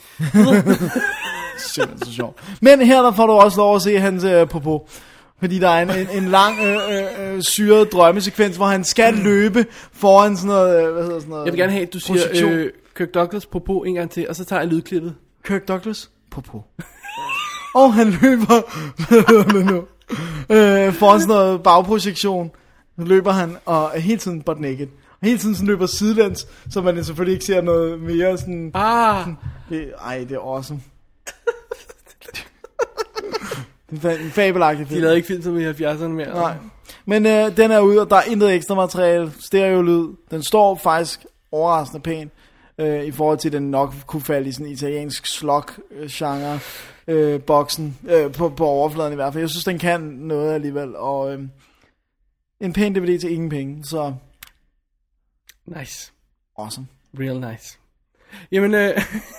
Simpelthen så sjovt. Men her der får du også lov at se hans øh, popo. Fordi der er en, en, en lang øh, øh, øh, syret drømmesekvens, hvor han skal løbe foran sådan noget, øh, hvad hedder sådan noget... Jeg vil gerne have, at du siger øh, Kirk Douglas popo en gang til, og så tager jeg lydklippet. Kirk Douglas popo. Og han løber nu, øh, foran sådan noget bagprojektion. Nu løber han og er hele tiden butt naked. Og hele tiden sådan løber sidelæns, så man selvfølgelig ikke ser noget mere sådan... Ah! Sådan, det, ej, det er awesome. Det er en fabelagtig film. De lavede ikke film som i halvfjerdserne mere. Nej. Men øh, den er ude, og der er intet ekstra materiale. Stereolyd. Den står faktisk overraskende pæn. Øh, I forhold til, den nok kunne falde i sådan en italiensk slog-genre. Øh, boksen. Øh, på, på overfladen i hvert fald. Jeg synes, den kan noget alligevel. Og øh, en pæn D V D til ingen penge. Så... Nice. Awesome. Real nice. Jamen, øh...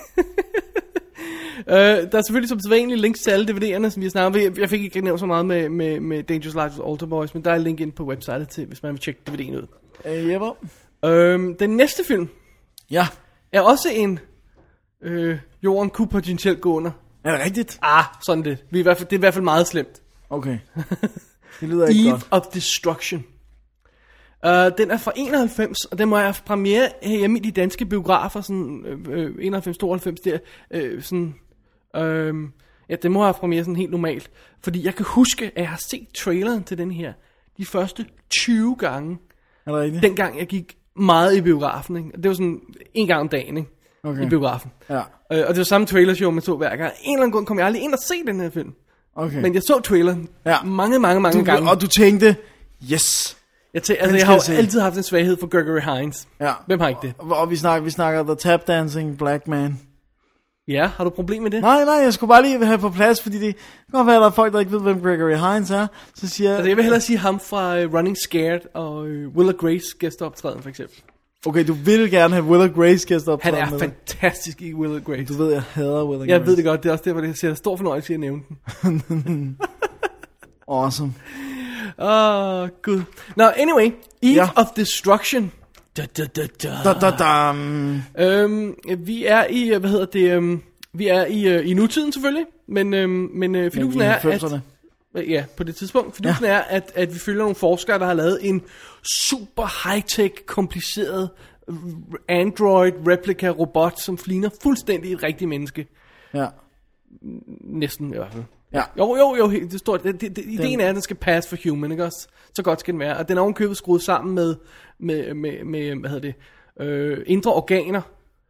Uh, der er selvfølgelig som sædvanligt links til alle D V D'erne, som vi har snakket om. Jeg fik ikke nævnt så meget med, med, med Dangerous Lives of Altar Boys, men der er link ind på websitet til, hvis man vil tjekke D V D'en ud. Uh, ja, uh, Den næste film ja. er også en uh, jorden kunne potentielt gå under. Er det rigtigt? Ah, sådan det. Vi er i hvert fald, det er i hvert fald meget slemt. Okay. Det lyder ikke Eve godt. of Destruction. Uh, den er fra enoghalvfems, og den må have premiere hjemme i de danske biografer, sådan øh, enoghalvfems tooghalvfems der, øh, sådan, øh, ja, den må have premiere sådan helt normalt, fordi jeg kan huske, at jeg har set traileren til den her, de første tyve gange, er det rigtigt? Dengang jeg gik meget i biografen, ikke? Det var sådan en gang om dagen, ikke? Okay. I biografen, ja. øh, og det var samme trailershow, man så hver gang. En eller anden grund kom jeg aldrig ind og se den her film, Okay. men jeg så traileren ja. mange, mange, mange du, gange. Og du tænkte, yes. Jeg, tæ- altså, jeg har jo altid haft en svaghed for Gregory Hines. Ja. Hvem har ikke det? Og, og vi snakker, vi snakker The Tap Dancing Black Man. Ja, har du problem med det? Nej, nej, jeg skulle bare lige have på plads, fordi det kan godt være, at der er folk, der ikke ved, hvem Gregory Hines er. Så siger altså, jeg vil hellere sige ham fra uh, Running Scared og uh, Will og Grace gæsteoptræden, for eksempel. Okay, du vil gerne have Will og Grace gæsteoptræden. Han er med fantastisk i Will og Grace. Du ved, jeg hader Will og Grace. Jeg ved det godt, det er også derfor, det ser stor fornøjelse at nævne den. Awesome. Åh, oh, gud. Nå, anyway. Eve ja. of Destruction. Da, da, da, da. Da, da, da. Øhm, vi er i, hvad hedder det, um, vi er i, uh, i nutiden selvfølgelig, men, um, men uh, fidusen er, at, ja, på det tidspunkt, fidusen ja. er, at, at vi følger nogle forskere, der har lavet en super high-tech, kompliceret android replica robot, som ligner fuldstændig et rigtigt menneske. Ja. Næsten i hvert fald. Ja. Jo, jo, jo, det står, det, det, det, ideen er, at den skal passe for human, ikke også? Så godt skal den være. Og den er ovenkøbet skruet sammen med, med, med, med hvad hedder det, øh, indre organer,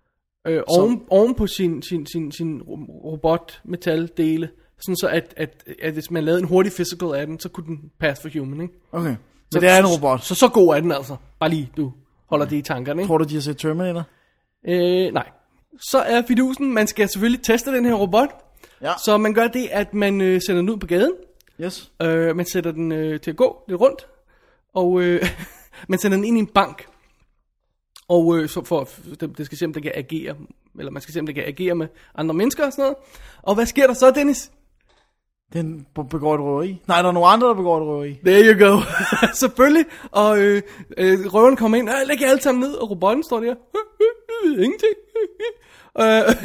øh, oven, oven på sin, sin, sin, sin robotmetaldele, sådan så at, at, at hvis man lavede en hurtig physical af den, så kunne den passe for human, ikke? Okay, så det er en robot. Så, så så god er den altså. Bare lige, du holder det i tankerne, ikke? Tror du, de har set Terminator? Øh, nej. Så er fidusen, man skal selvfølgelig teste den her robot. Ja. Så man gør det, at man øh, sender den ud på gaden. Yes. Øh, man sætter den øh, til at gå lidt rundt. Og øh, man sender den ind i en bank. Og øh, så for, det, det skal se, om det kan agere. Eller man skal se, om det kan agere med andre mennesker og sådan noget. Og hvad sker der så, Dennis? Den begår et røveri. Nej, der er nogle andre, der begår et røveri. There you go. Selvfølgelig. Og øh, øh, røveren kommer ind. Læg jer alle sammen ned. Og robotten står der. Ingenting. øh,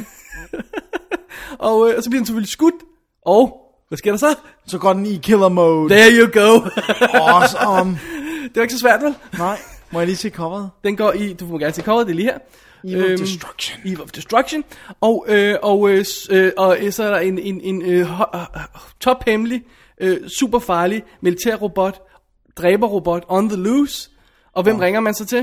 og, øh, og så bliver den selvfølgelig skudt. Og hvad sker der så? Så går den i killer mode. There you go. Awesome. Det var ikke så svært, vel? Nej, må jeg lige se coveret? Den går i, du må gerne se coveret, det er lige her. Evil øhm, Destruction. Evil of Destruction. Og, øh, og, øh, øh, og så er der en, en, en øh, tophemmelig, øh, super farlig militærrobot, dræberrobot on the loose. Og hvem oh. ringer man så til?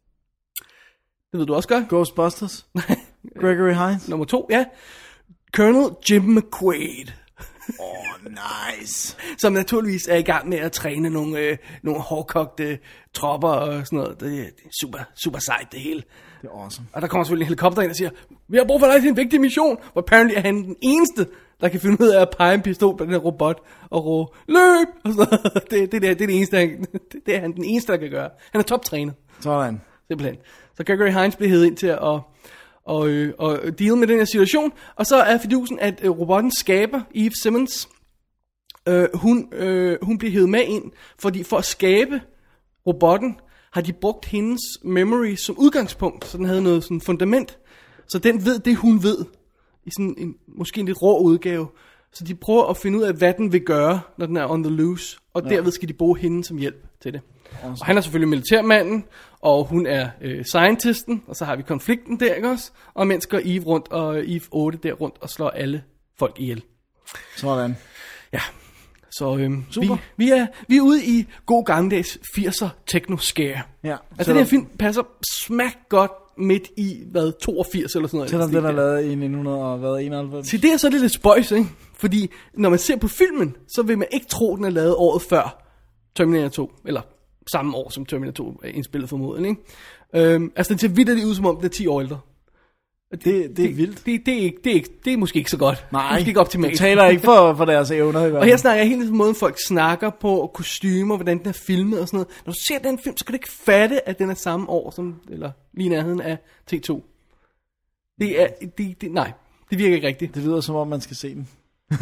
Det ved du også godt. Ghostbusters. Gregory Hines. Nummer to, ja. Colonel Jim McQuaid. Oh, nice. Som naturligvis er i gang med at træne nogle, øh, nogle hårdkogte tropper og sådan noget. Det er, det er super, super sejt det hele. Det er awesome. Og der kommer selvfølgelig en helikopter ind og siger, vi har brug for dig til en vigtig mission. Hvor apparently er han den eneste, der kan finde ud af at pege en pistol på den her robot og råbe, løb! Og sådan noget. Det, det, det, det, er det, eneste, han, det er han den eneste, der kan gøre. Han er toptrænet. Sådan. Simpelthen. Så Gregory Hines bliver hævet ind til at og, øh, og deal med den her situation. Og så er fidusen, at øh, robotten skaber Eve Simmons. Øh, hun, øh, hun bliver hævet med ind, fordi for at skabe robotten, har de brugt hendes memory som udgangspunkt, så den havde noget sådan fundament. Så den ved det, hun ved, i sådan en, måske en lidt rå udgave. Så de prøver at finde ud af, hvad den vil gøre, når den er on the loose. Og ja. Derved skal de bruge hende som hjælp til det. Awesome. Og han er selvfølgelig militærmanden, og hun er øh, scientisten, og så har vi konflikten der, ikke også? Og mens går Eve rundt, og Eve otte der rundt, og slår alle folk ihjel. Sådan. Ja, så øhm, vi, vi, er, vi er ude i god gammeldags firser techno-scare. Ja. Altså den her film passer smack godt midt i, hvad, toogfirs eller sådan noget. Selvom den er lavet i nitten enoghalvfems. Til det er så lidt lidt spøjs, ikke? Fordi når man ser på filmen, så vil man ikke tro, den er lavet året før Terminator to, eller samme år som Terminator to er indspillet formodentlig, ikke? Øhm, altså den ser vitterligt ud, som om den er ti år ældre. Det, det, det er vildt. Det, det, er ikke, det, er ikke, det er måske ikke så godt. Nej, det er ikke optimalt. Det taler ikke for, for deres evner i Og her snakker jeg helt på måden, folk snakker på, og kostymer, hvordan den er filmet og sådan noget. Når du ser den film, så kan du ikke fatte, at den er samme år, som, eller lige nærheden af T to. Det er, det, det, nej, det virker ikke rigtigt. Det lyder som om, man skal se den.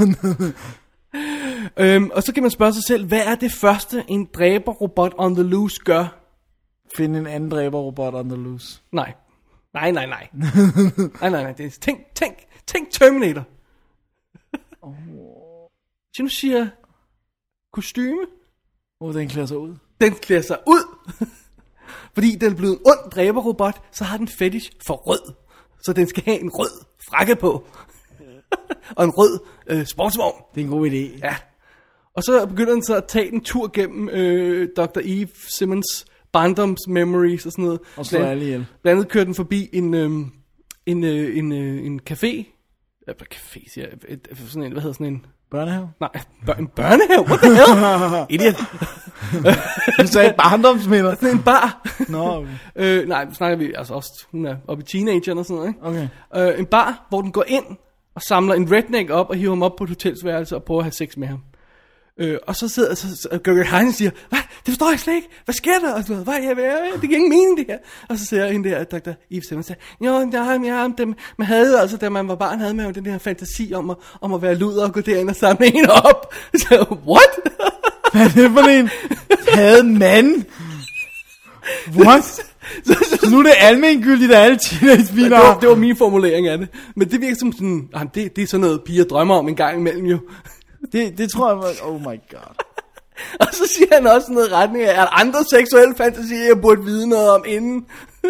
øhm, og så kan man spørge sig selv, hvad er det første, en dræberrobot on the loose gør? Finde en anden dræberrobot on the loose. Nej. Nej, nej, nej. nej, nej, nej. Det er, tænk, tænk, tænk Terminator. oh. Så nu siger kostyme. Hvor oh, den klæder sig ud. Den klæder sig ud. Fordi den er blevet en ond dræberrobot, så har den fetish for rød. Så den skal have en rød frakke på. Og en rød øh, sportsvogn. Det er en god idé. Ja. Og så begynder den så at tage en tur gennem øh, doktor Eve Simmons barndoms memories og sådan noget. Og slår alle ihjel. Blandt andet kørte den forbi en, øhm, en, øh, en, øh, en café. Ja, café, siger jeg. Et, sådan en, hvad hedder sådan en? Børnehave? Nej, bør, en børnehave? What the hell? Idiot. Du sagde barndomsminder. Sådan en bar. Nå, okay. øh, nej, nu snakker vi, altså også, hun er oppe i teenager og sådan noget, ikke? Okay. Øh, en bar, hvor den går ind og samler en redneck op og hiver ham op på et hotelsværelse og prøver at have sex med ham. Øh, og så sidder så, så, Gregory Hines og siger, hvad, det forstår jeg slet ikke, hvad sker der? Og så, hvad, jeg, jeg, det giver ingen mening det her. Og så siger hende der, doktor Eve Simmons, jo, ja, ja, dem, man havde jo altså, da man var barn, havde man jo den der fantasi om at, om at være luder og gå derind og samle en op. Så, what? Hvad er det for en? Havde man? What? så, så, så nu er det almengyldigt, at alle teenage-piger det, var, det var min formulering af det. Men det virker som sådan, jamen, det, det er sådan noget, piger drømmer om en gang imellem jo. Det, det tror jeg var, oh my god. Og så siger han også noget retning af, at andre seksuelle fantasier, jeg burde vide noget om inden.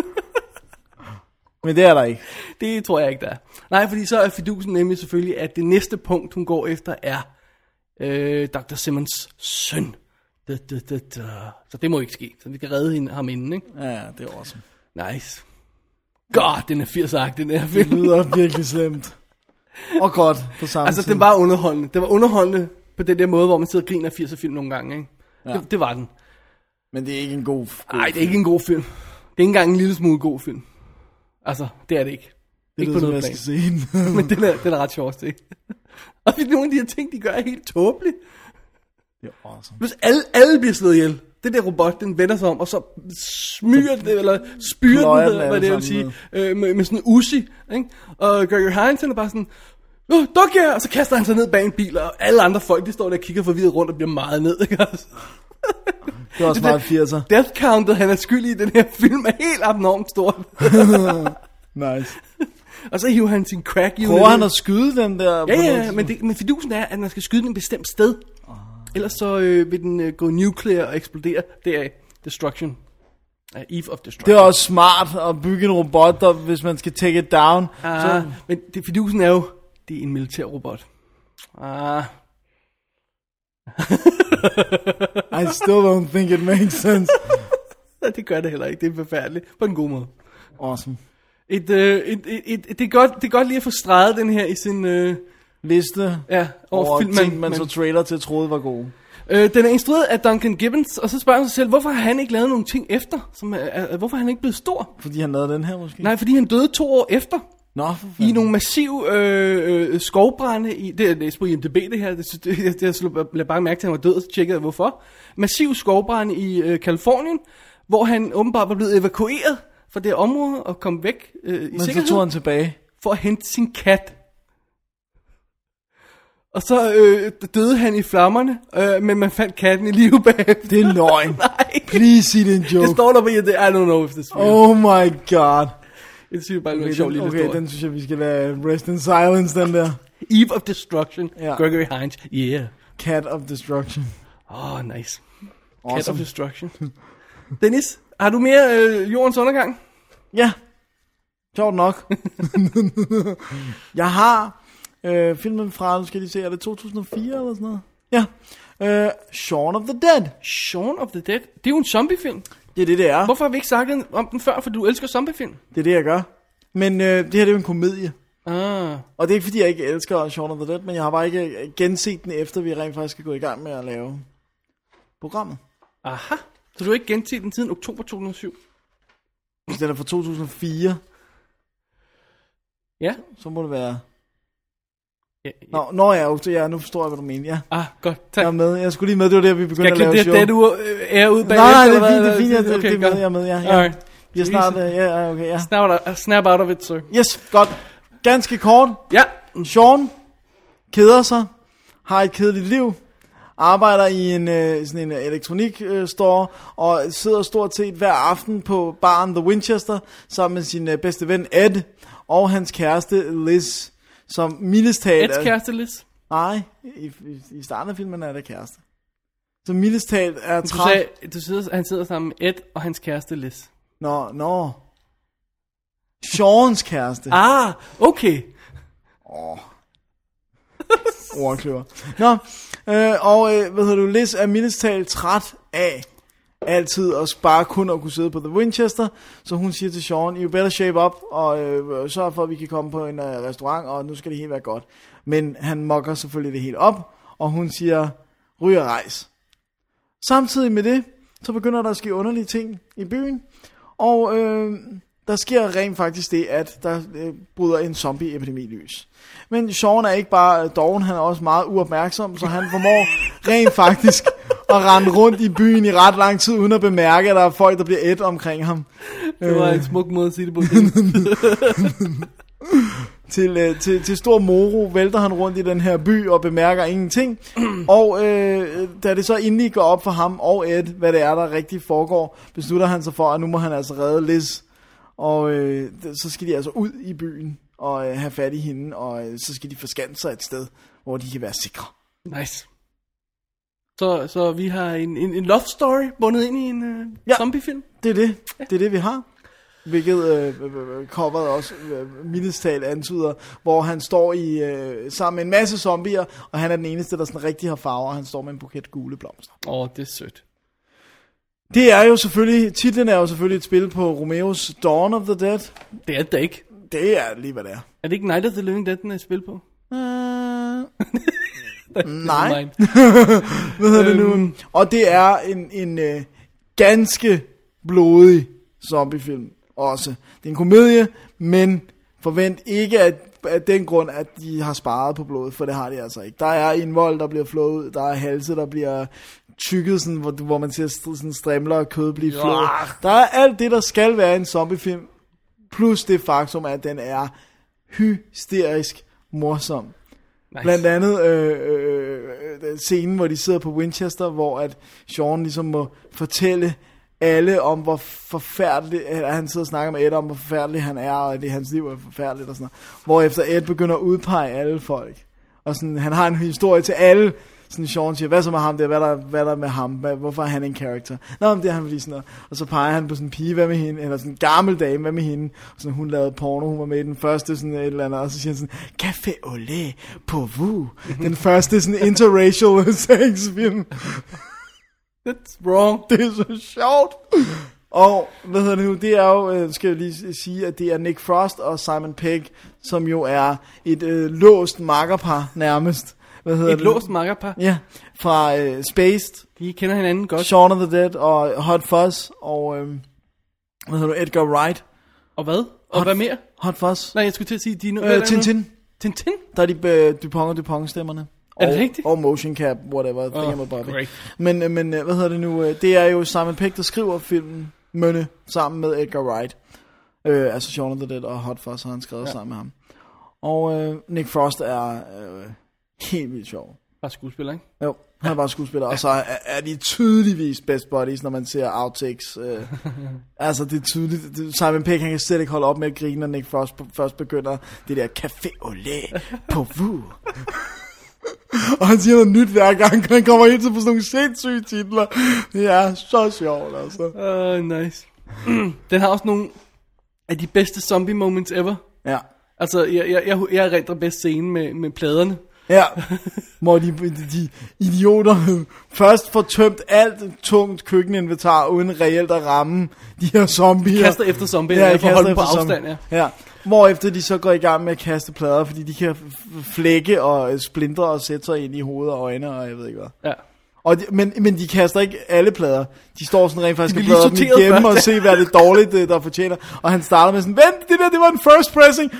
Men det er der ikke. Det tror jeg ikke, der er. Nej, fordi så er fidusen nemlig selvfølgelig, at det næste punkt, hun går efter, er øh, doktor Simmons søn. Da, da, da, da. Så det må ikke ske, så vi kan redde hende, ham inden, ikke? Ja, det er awesome. Nice. God, den er firsagtig, den her Det film. lyder virkelig slemt. Og godt på samme Altså, tid. den var underholdende. Det var underholdende på den der måde, hvor man sidder og griner af firserne film nogle gange, ikke? Ja. Det, det var den. Men det er ikke en god, god Nej, det er ikke en god film. Det er ikke engang en lille smule god film. Altså, det er det ikke. Det Ikke lyder på som, noget jeg plan. skal se den. Men den er, den er ret sjov at se. Og nogle af de her ting, de gør er helt tåbeligt. Det er awesome. Hvis alle, alle bliver slået ihjel, det der robot, den vender sig om, og så smyger den, eller spyrer pløjer den, den hvad alle det vil sige, sammen øh, med, med sådan en Uzi, ikke? Og Gregory Hines, han er bare sådan, åh, duk her, og så kaster han sig ned bag en bil, og alle andre folk, de står der og kigger forvirret rundt og bliver meget ned, ikke? Altså. Det var også meget firser. Death countet, han er skyldig i den her film, er helt abnormt stort. Nice. Og så hiver han sin crack unit. Prøver han at skyde den der? Ja, på ja, noget? men, det, men fidusen er, at man skal skyde den et bestemt sted. Oh. Ellers så øh, vil den øh, gå nuclear og eksplodere. Det er destruction. Uh, Eve of destruction. Det er også smart at bygge en robot, der, hvis man skal take it down. Ah, Så, men det, fidusen er jo, det er en militær robot. Ah. I still don't think it makes sense. Det gør det heller ikke. Det er forfærdeligt. På en god måde. Awesome. Et, øh, et, et, et, det, er godt, det er godt lige at få streget den her i sin... Øh, Liste ja, over, over film, ting, man så trailer til troede var gode. Øh, den er instrueret af Duncan Gibbons, og så spørger man sig selv, hvorfor har han ikke lavet nogle ting efter? Som er, er, hvorfor er han ikke blevet stor? Fordi han lavede den her måske? Nej, fordi han døde to år efter. Nå, for fanden. I nogle massive øh, øh, skovbrænde. I, det er læst på I M D B det her. Det, det, det, det jeg lagde bare mærke til, at han var død, og så tjekkede jeg hvorfor. Massive skovbrænde i øh, Californien, hvor han åbenbart var blevet evakueret fra det område og kom væk øh, i Men sikkerhed. så tog han tilbage. For at hente sin kat. Og så øh, døde han i flammerne, øh, men man fandt katten i live bagefter. Det er løgn. Nej. Please sig det en joke. Det står der på I M D B. I don't know if this real. Oh my god. Det synes jeg bare, det var Okay, en sjov den, lille okay historie. den synes jeg, vi skal lade rest in silence, den der. Eve of Destruction, Ja. Gregory Hines, yeah. Cat of Destruction. Oh, nice. Cat Awesome. of Destruction. Dennis, har du mere øh, jordens undergang? Ja, sjovt nok. Jeg har øh, filmen fra, nu skal de se, er det to tusind og fire eller sådan noget? Ja, øh, Shaun of the Dead. Shaun of the Dead. Det er jo en zombiefilm. Det er det, det er. Hvorfor har vi ikke snakket om den før, for du elsker zombiefilm? Det er det, jeg gør. Men øh, det her det er jo en komedie. Ah. Og det er ikke fordi, jeg ikke elsker Shaun of the Dead, men jeg har bare ikke genset den, efter vi rent faktisk skal gå i gang med at lave programmet. Aha. Så du har ikke genset den siden oktober to tusind og syv? Hvis den er fra to tusind og fire, Ja. så må det være... ja, ja. Nå, nå ja, okay, ja, nu forstår jeg, hvad du mener. Ja, Ah, godt. jeg er Tak. med. Jeg skulle lige med, det var det, vi begyndte Skal jeg at lave klippe show. det, det du øh, er ud bagefter? Nej, det eller er fint, hvad? det er fint, jeg, det, Okay, det er med, godt. jeg er med, ja. ja. Alright. Vi er snart, øh, ja, ja, okay, ja. Snap out, snap out of it, sir. Yes, godt. Ganske kort. Ja. Sean keder sig, har et kedeligt liv, arbejder i en øh, sådan en elektronik øh, store og sidder stort set hver aften på baren The Winchester sammen med sin øh, bedste ven Ed og hans kæreste Liz, som mildest talt Eds er- kæreste, Liz. Nej, i, i, i starten af filmen er det kæreste. Så mildest talt er Du træt. sagde, du sidder, han sidder sammen med Ed og hans kæreste, Liz. Nå, nå. Seans kæreste. Ah, okay. Ordkløver. Nå, øh, og øh, hvad hedder du, Liz er mildest talt træt af altid at spare kun at kunne sidde på The Winchester, så hun siger til Sean, you better shape up, og øh, sørg for, at vi kan komme på en øh, restaurant, og nu skal det helt være godt. Men han mokker selvfølgelig det helt op, og hun siger, ryg og rejs. Samtidig med det, så begynder der at ske underlige ting i byen, og øh, der sker rent faktisk det, at der øh, bryder en zombie-epidemi løs. Men Sean er ikke bare doven, han er også meget uopmærksom, så han formår rent faktisk at rende rundt i byen i ret lang tid, uden at bemærke, at der er folk, der bliver ædt omkring ham. Det var en smuk måde at sige det på. Til, øh, til, til stor moro vælter han rundt i den her by og bemærker ingenting. Og øh, da det så endelig går op for ham og Ed, hvad det er, der rigtig foregår, beslutter han sig for, at nu må han altså redde Liz. Og øh, så skal de altså ud i byen og øh, have fat i hende, og øh, så skal de forskanse sig et sted, hvor de kan være sikre. Nice. Så, så vi har en, en, en love story bundet ind i en øh, Ja. zombiefilm. Det er det. Det er det, vi har. Hvilket øh, øh, coveret også øh, mildest talt antyder, hvor han står i øh, sammen med en masse zombier, og han er den eneste, der sådan rigtig har farver, og han står med en buket gule blomster. Åh, oh, det er sødt. Det er jo selvfølgelig, titlen er jo selvfølgelig et spil på Romeos Dawn of the Dead. Det er det ikke. Det er lige, hvad det er. Er det ikke Night of the Living Dead, den er et spil på? Uh, nej. Hvad hedder det nu? Og det er en, en uh, ganske blodig zombiefilm også. Det er en komedie, men forvent ikke at, at den grund, at de har sparet på blodet, for det har de altså ikke. Der er en vold, der bliver flået ud, der er halse, der bliver tykket, sådan, hvor, hvor man ser sådan strimler og kød blive flået. Der er alt det, der skal være en zombiefilm, plus det faktum, at den er hysterisk morsom. Nice. Blandt andet øh, øh, øh, scenen, hvor de sidder på Winchester, hvor at Sean ligesom må fortælle alle om, hvor forfærdeligt, at han sidder og snakker med Ed om, hvor forfærdelig han er, og det hans liv er forfærdeligt og sådan noget. Hvorefter Ed begynder at udpege alle folk. Og sådan, han har en historie til alle. Sådan Sean siger, hvad så med ham der, hvad der, hvad der med ham, hvad, hvorfor er han en karakter? Nå, men det er han fordi sådan noget. Og så peger han på sådan en pige, hvad med hende, eller sådan en gammel dame, hvad med hende? Og sådan, hun lavede porno, hun var med i den første, sådan et eller andet, og så siger han sådan, café au lait pour vous. Den første sådan interracial sexfilm. That's wrong. Det er så sjovt. Og hvad hedder det nu, det er jo, skal jeg lige sige, at det er Nick Frost og Simon Pegg, som jo er et øh, låst makkerpar nærmest. Hvad hedder et det? låst makkerpar? Ja, fra øh, Spaced. De kender hinanden godt. Shaun of the Dead og Hot Fuzz og øh, hvad hedder du, Edgar Wright. Og hvad? Og Hot, hvad mere? Hot Fuzz. Nej, jeg skulle til at sige Dino. Øh, Tintin. Tintin? Der er de øh, Dupont og Dupont stemmerne. Er det rigtigt? Og motion cap, whatever. Oh, men, men hvad hedder det nu? Det er jo Simon Pegg, der skriver filmen Mønne sammen med Edgar Wright. Øh, altså Shaun of the Dead og Hot Fuzz har han skrevet ja. sammen med ham. Og øh, Nick Frost er øh, helt vildt sjov. Bare skuespiller, ikke? Jo, han er bare skuespiller. Og så er, er de tydeligvis best buddies, når man ser outtakes. Øh, altså det er tydeligt. Simon Pegg, han kan slet ikke holde op med at grine, når Nick Frost først begynder det der café au lait pour vous. Og han siger noget nyt hver gang, han kommer ind til på sådan nogle sindssyge titler. Det er så sjovt, altså. Uh, nice. Den har også nogle af de bedste zombie moments ever. Ja. Altså, jeg, jeg, jeg, jeg erindrer bedst scenen med, med pladerne. Ja, hvor de, de idioter først får tømt alt tungt køkkeninventar, uden reelt at ramme de her zombier. Kaster efter zombier, ja, for at holde dem på afstand, ja. Ja. Hvorefter de så går i gang med at kaste plader, fordi de kan flække og splintre og sætte sig ind i hovedet og øjne, og jeg ved ikke hvad. Ja. Og de, men, men de kaster ikke alle plader. De står sådan rent faktisk og bladrer dem igennem og se, hvad det er dårligt, der fortjener. Og han starter med sådan, vent, det der, det var en first pressing.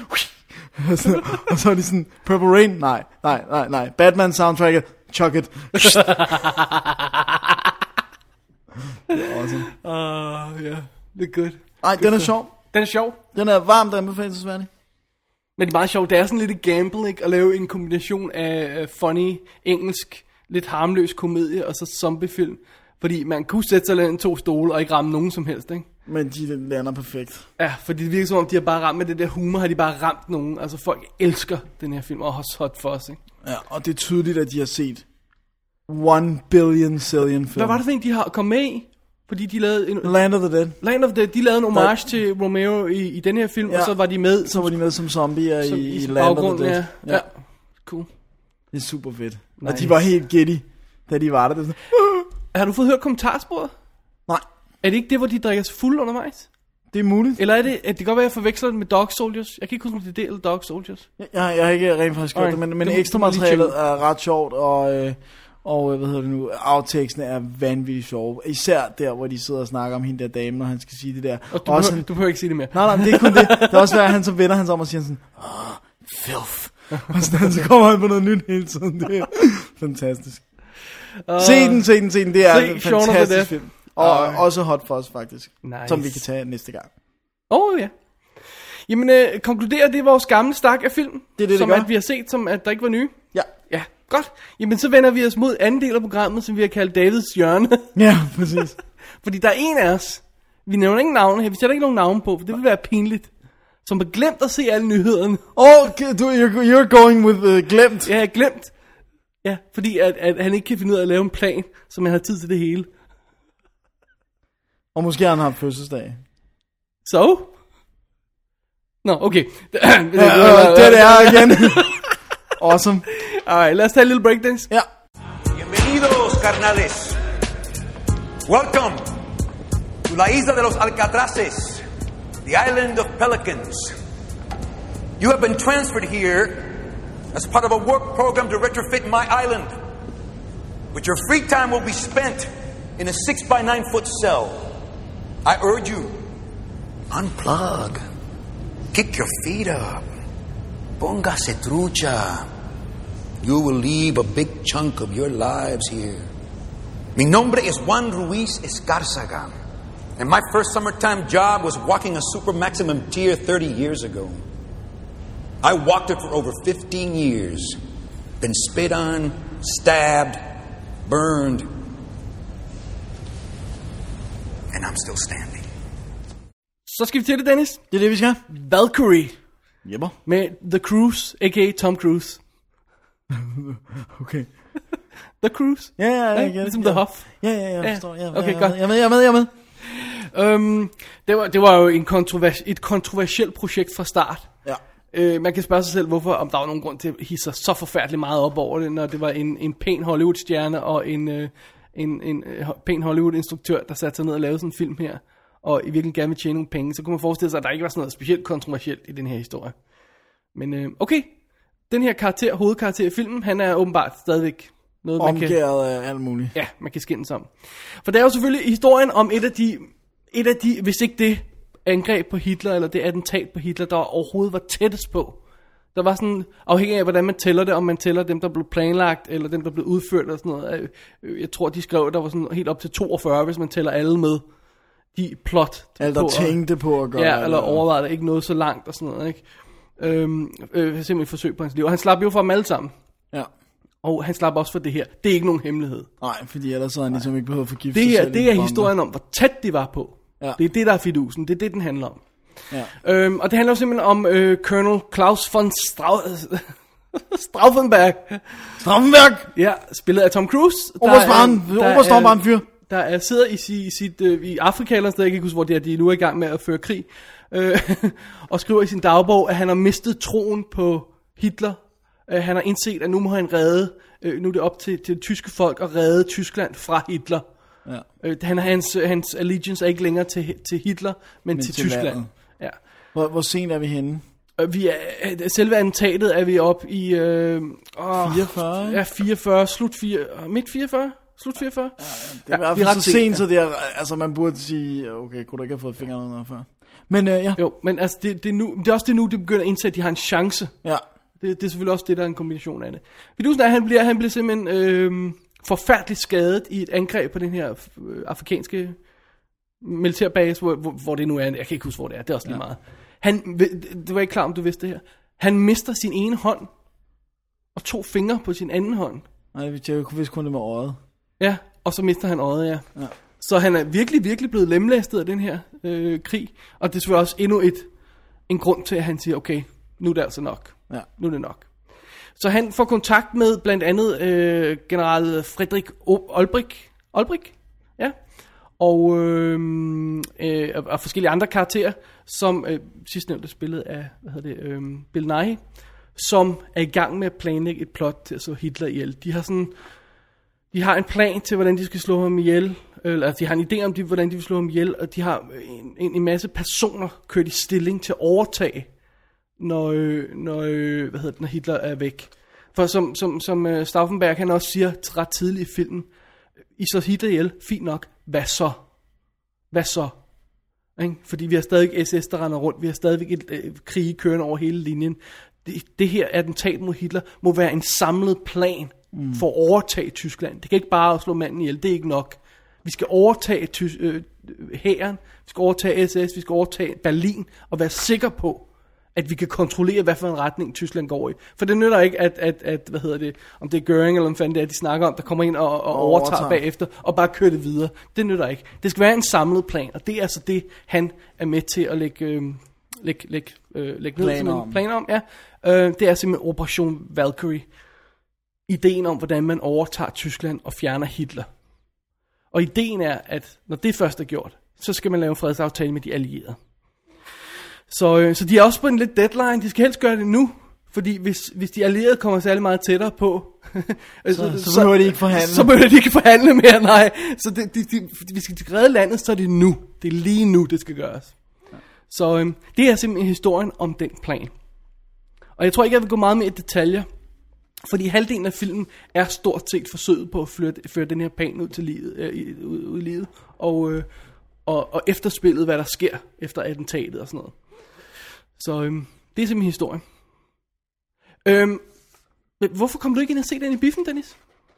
Og så er de sådan, Purple Rain? Nej, nej, nej, nej. Batman soundtracket, chuck it. Det er awesome. Uh, yeah, det er good. Nej, den er sjov. Den er sjov. Den er varmt anbefalelsesværdig. Men det er meget sjovt. Det er sådan lidt et gamble, ikke? At lave en kombination af funny, engelsk, lidt harmløs komedie og så zombiefilm. Fordi man kunne sætte sig ind i to stole og ikke ramme nogen som helst, ikke? Men de lander perfekt. Ja, fordi det virker som om, de har bare ramt med det der humor, har de bare ramt nogen. Altså folk elsker den her film, og også Hot Fuzz, ikke? Ja, og det er tydeligt, at de har set one billion zillion film. Hvad var det for en, de har kommet med i? Fordi de lavede en... Land of the Dead. Land of the Dead, de lavede en homage der... til Romero i, i den her film, ja. Og så var de med... Så var de med som zombier som, i, i Land of the Dead. Ja. Ja. Ja, cool. Det er super fedt. Nice. Og de var helt giddy, da de var der. Det sådan... Har du fået hørt kommentarsporet? Nej. Er det ikke det, hvor de drikker sig fuld undervejs? Det er muligt. Eller er det, at det kan godt være, at jeg forveksler det med Dog Soldiers? Jeg kan ikke huske, om det er det eller Dog Soldiers. Jeg, jeg, jeg har ikke rent faktisk gjort det, men, men ekstra materialet er ret sjovt, og, øh, og hvad hedder det nu, outtakesene er vanvittigt sjove. Især der, hvor de sidder og snakker om hende der dame, når han skal sige det der. Og du, også, behøver, du behøver ikke sige det mere. Nej, nej, men det er kun det. Det er også værd, at han så vender han sig om og siger sådan, oh, filth. Og sådan, så kommer han på noget nyt hele tiden. Det er fantastisk. Uh, se den, se den, se den. Det er en fantastisk film. Og uh, også Hot Fuzz faktisk. Nice. Som vi kan tage næste gang. Åh oh, ja. Jamen, øh, konkluderer det vores gamle stak af film. Det er det, som det at vi har set, som at der ikke var nye. Ja. Ja, godt. Jamen, så vender vi os mod anden del af programmet, som vi har kaldt Davids hjørne. Ja, præcis. Fordi der er en af os. Vi nævner ingen navne her. Vi sætter ikke nogen navne på, for det vil være pinligt. Som har glemt at se alle nyhederne. Oh, you're, you're going with uh, glemt. Ja, glemt. Ja, fordi at, at han ikke kan finde ud af at lave en plan, så man har tid til det hele. Og måske har han haft fødselsdag. Så? Nå, okay. Det er igen. Awesome. Alright, lad os tage en lille breakdance. Ja. Bienvenidos, carnales. Welcome to la isla de los Alcatraces, the island of pelicans. You have been transferred here as part of a work program to retrofit my island. But your free time will be spent in a six by nine foot cell. I urge you, unplug. Kick your feet up. Póngase trucha. You will leave a big chunk of your lives here. Mi nombre es Juan Ruiz Escárzaga. And my first summertime job was walking a super maximum tier thirty years ago. I walked it for over fifteen years. Been spit on, stabbed, burned. And I'm still standing. Så skal vi til det, Dennis. Det er det, vi skal. Valkyrie. Jepper. Med The Cruise, a k a. Tom Cruise. Okay. The Cruise. Ja, ja, ja. Ja, ligesom The Huff. Ja, ja, ja, jeg forstår. Ja, okay, ja, godt. Jeg er med, jeg er med, jeg er med. Øhm, det, var, det var jo en kontrovers- et kontroversielt projekt fra start. Ja. Øh, man kan spørge sig selv, hvorfor, om der var nogen grund til at hisse så forfærdeligt meget op over det, når det var en, en pæn Hollywood-stjerne og en, øh, en, en øh, pæn Hollywood-instruktør, der satte sig ned og lavede sådan en film her, og i virkeligheden gerne vil tjene nogle penge. Så kunne man forestille sig, at der ikke var sådan noget specielt kontroversielt i den her historie. Men øh, okay, den her karakter, hovedkarakter i filmen, han er åbenbart stadigvæk noget, man kan... Omgæret af alt muligt. Ja, man kan skændes om. For det er jo selvfølgelig historien om et af de, et af de, hvis ikke det angreb på Hitler, eller det attentat på Hitler, der overhovedet var tættest på. Der var sådan, afhængig af hvordan man tæller det, om man tæller dem, der blev planlagt, eller dem, der blev udført, eller sådan noget. Jeg tror, de skrev, der var sådan helt op til toogfyrre, hvis man tæller alle med. De plot. Eller der tænkte på at gøre ja, det. eller overvejede det, ikke noget så langt, og sådan noget, ikke? Øhm, øh, simpelthen et forsøg på hans liv. Og han slap jo for dem alle sammen. Ja. Og han slap også for det her. Det er ikke nogen hemmelighed. Nej, fordi ellers så han ligesom ikke behøver at forgifte Det sig her, selv. det er historien om, hvor tæt de var på. Ja. Det er det, der er fidusen. Det er det, den handler om. Ja. Øhm, og det handler jo simpelthen om øh, Colonel Klaus von Strau- Stauffenberg. Stauffenberg! Ja, spillet af Tom Cruise. Oberstbarn, oberstbarn fyr. Der er, sidder i, sit, i, sit, øh, i Afrika eller sted, jeg kan ikke huske, hvor det er, de nu er i gang med at føre krig. Øh, og skriver i sin dagbog, at han har mistet troen på Hitler. Øh, han har indset, at nu må han redde, øh, nu er det op til, til det tyske folk at redde Tyskland fra Hitler. Ja. Øh, han, hans, hans allegiance er ikke længere til, til Hitler, men, men til, til Tyskland. Ja. Hvor, hvor sent er vi henne? Øh, vi er, selve attentatet er vi oppe i øh, åh, fireogfyrre? Ja, fireogfyrre, slut fire, midt fireogfyrre, slut fireogfyrre. Ja, det er i hvert fald så sent, så det er, altså man burde sige, okay, kunne du ikke have fået fingrene noget før? Men øh, ja. Jo, men altså, det, det, er nu, det er også det nu, det begynder at indse, at de har en chance. Ja. Det, det er selvfølgelig også det, der er en kombination af det. Vidusen er, at han bliver, han bliver simpelthen øh, forfærdeligt skadet i et angreb på den her øh, afrikanske militærbase, hvor, hvor, hvor det nu er. Jeg kan ikke huske, hvor det er. Det er også lige ja. meget. Han, det var ikke klar, om du vidste det her. Han mister sin ene hånd og to fingre på sin anden hånd. Nej, jeg kunne vist kun det med øjet. Ja, og så mister han øjet, ja. ja. Så han er virkelig, virkelig blevet lemlæstet af den her øh, krig. Og det er selvfølgelig også endnu et, en grund til, at han siger, okay, nu er det altså nok. Ja. Nu er det nok. Så han får kontakt med blandt andet øh, general Friedrich Olbrich. Olbrich? Ja. Og, øh, øh, og forskellige andre karakterer, som øh, sidstnævnte spillet af, hvad hedder det, øh, Bill Nighy, som er i gang med at planlægge et plot til at slå Hitler ihjel. De har sådan, de har en plan til, hvordan de skal slå ham ihjel, eller altså, de har en idé om, de, hvordan de vil slå ham ihjel, og de har en, en, en masse personer kørt i stilling til at overtage, når, øh, når, øh, hvad hedder det, når Hitler er væk. For som, som, som uh, Stauffenberg, han også siger ret tidligt i filmen, I så Hitler ihjel, fint nok, hvad så? Hvad så? Ikke? Fordi vi har stadig S S, der render rundt, vi har stadig et øh, krig kørende over hele linjen. Det, det her attentat mod Hitler må være en samlet plan mm. for at overtage Tyskland. Det kan ikke bare slå manden ihjel, det er ikke nok. Vi skal overtage ty- øh, hæren, vi skal overtage S S, vi skal overtage Berlin, og være sikre på, at vi kan kontrollere, hvad for en retning Tyskland går i. For det nytter ikke, at, at, at hvad hedder det, om det er Göring eller hvad fanden det er, de snakker om, der kommer ind og, og overtager, overtager bagefter, og bare kører det videre. Det nytter ikke. Det skal være en samlet plan, og det er altså det, han er med til at lægge, øh, lægge, lægge, øh, lægge ned planer om. Planer om ja. øh, det er simpelthen Operation Valkyrie. Ideen om, hvordan man overtager Tyskland og fjerner Hitler. Og ideen er, at når det først er gjort, så skal man lave en fredsaftale med de allierede. Så, øh, så de er også på en lidt deadline. De skal helst gøre det nu, Fordi hvis, hvis de allierede kommer særlig meget tættere på, så, så, så behøver de ikke forhandle. Så behøver de ikke forhandle mere, nej. Så det, de, de, hvis de skal redde landet, så er det nu. Det er lige nu, det skal gøres. Ja. Så øhm, det er simpelthen historien om den plan. Og jeg tror ikke, jeg vil gå meget mere i detaljer. Fordi halvdelen af filmen er stort set forsøget på at føre, føre den her plan ud til livet, øh, ud, ud i livet. Og, øh, og, og efterspillet, hvad der sker efter attentatet og sådan noget. Så øhm, det er simpelthen historien. Øhm, hvorfor kom du ikke ind og se den i biffen, Dennis?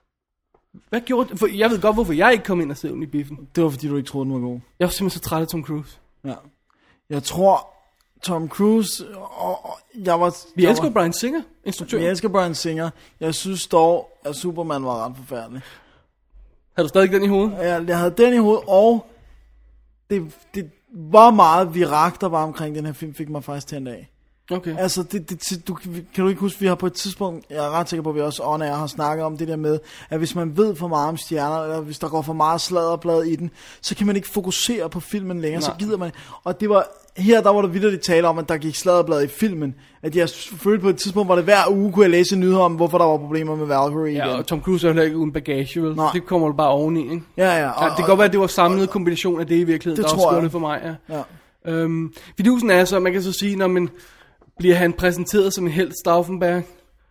Hvad gjorde for jeg ved godt, hvorfor jeg ikke kom ind og se den i biffen. Det var, fordi du ikke troede, den var god. Jeg var simpelthen så træt af Tom Cruise. Ja. Jeg tror, Tom Cruise, og, og jeg var... Vi jeg elsker var, Bryan Singer, instruktøren. Vi elsker Bryan Singer. Jeg synes dog, at Superman var ret forfærdelig. Har du stadig den i hovedet? Jeg, jeg havde den i hovedet, og det, det var meget virak, der var omkring den her film, fik mig faktisk tændt af. Okay. Altså, det, det, du, kan du ikke huske, vi har på et tidspunkt, jeg er ret sikker på, at vi også on air har snakket om det der med, at hvis man ved for meget om stjerner, eller hvis der går for meget sladderblad i den, så kan man ikke fokusere på filmen længere, Nej. Så gider man. Og det var, her der var der vitterligt tale om, at der gik sladderblad i filmen, at jeg følte på et tidspunkt, hvor det hver uge kunne jeg læse nyheder om, hvorfor der var problemer med Valkyrie. Ja, igen. og Tom Cruise er heller ikke uden bagage, vel? Det kommer jo bare oveni, ikke? Ja, ja. Og, ja det kan godt være, at det var samlet kombination af det i virkeligheden, det der også det for mig, ja. ja. Øhm, fidusen er så, man kan så sige, når man bliver han præsenteret som en helt Stauffenberg?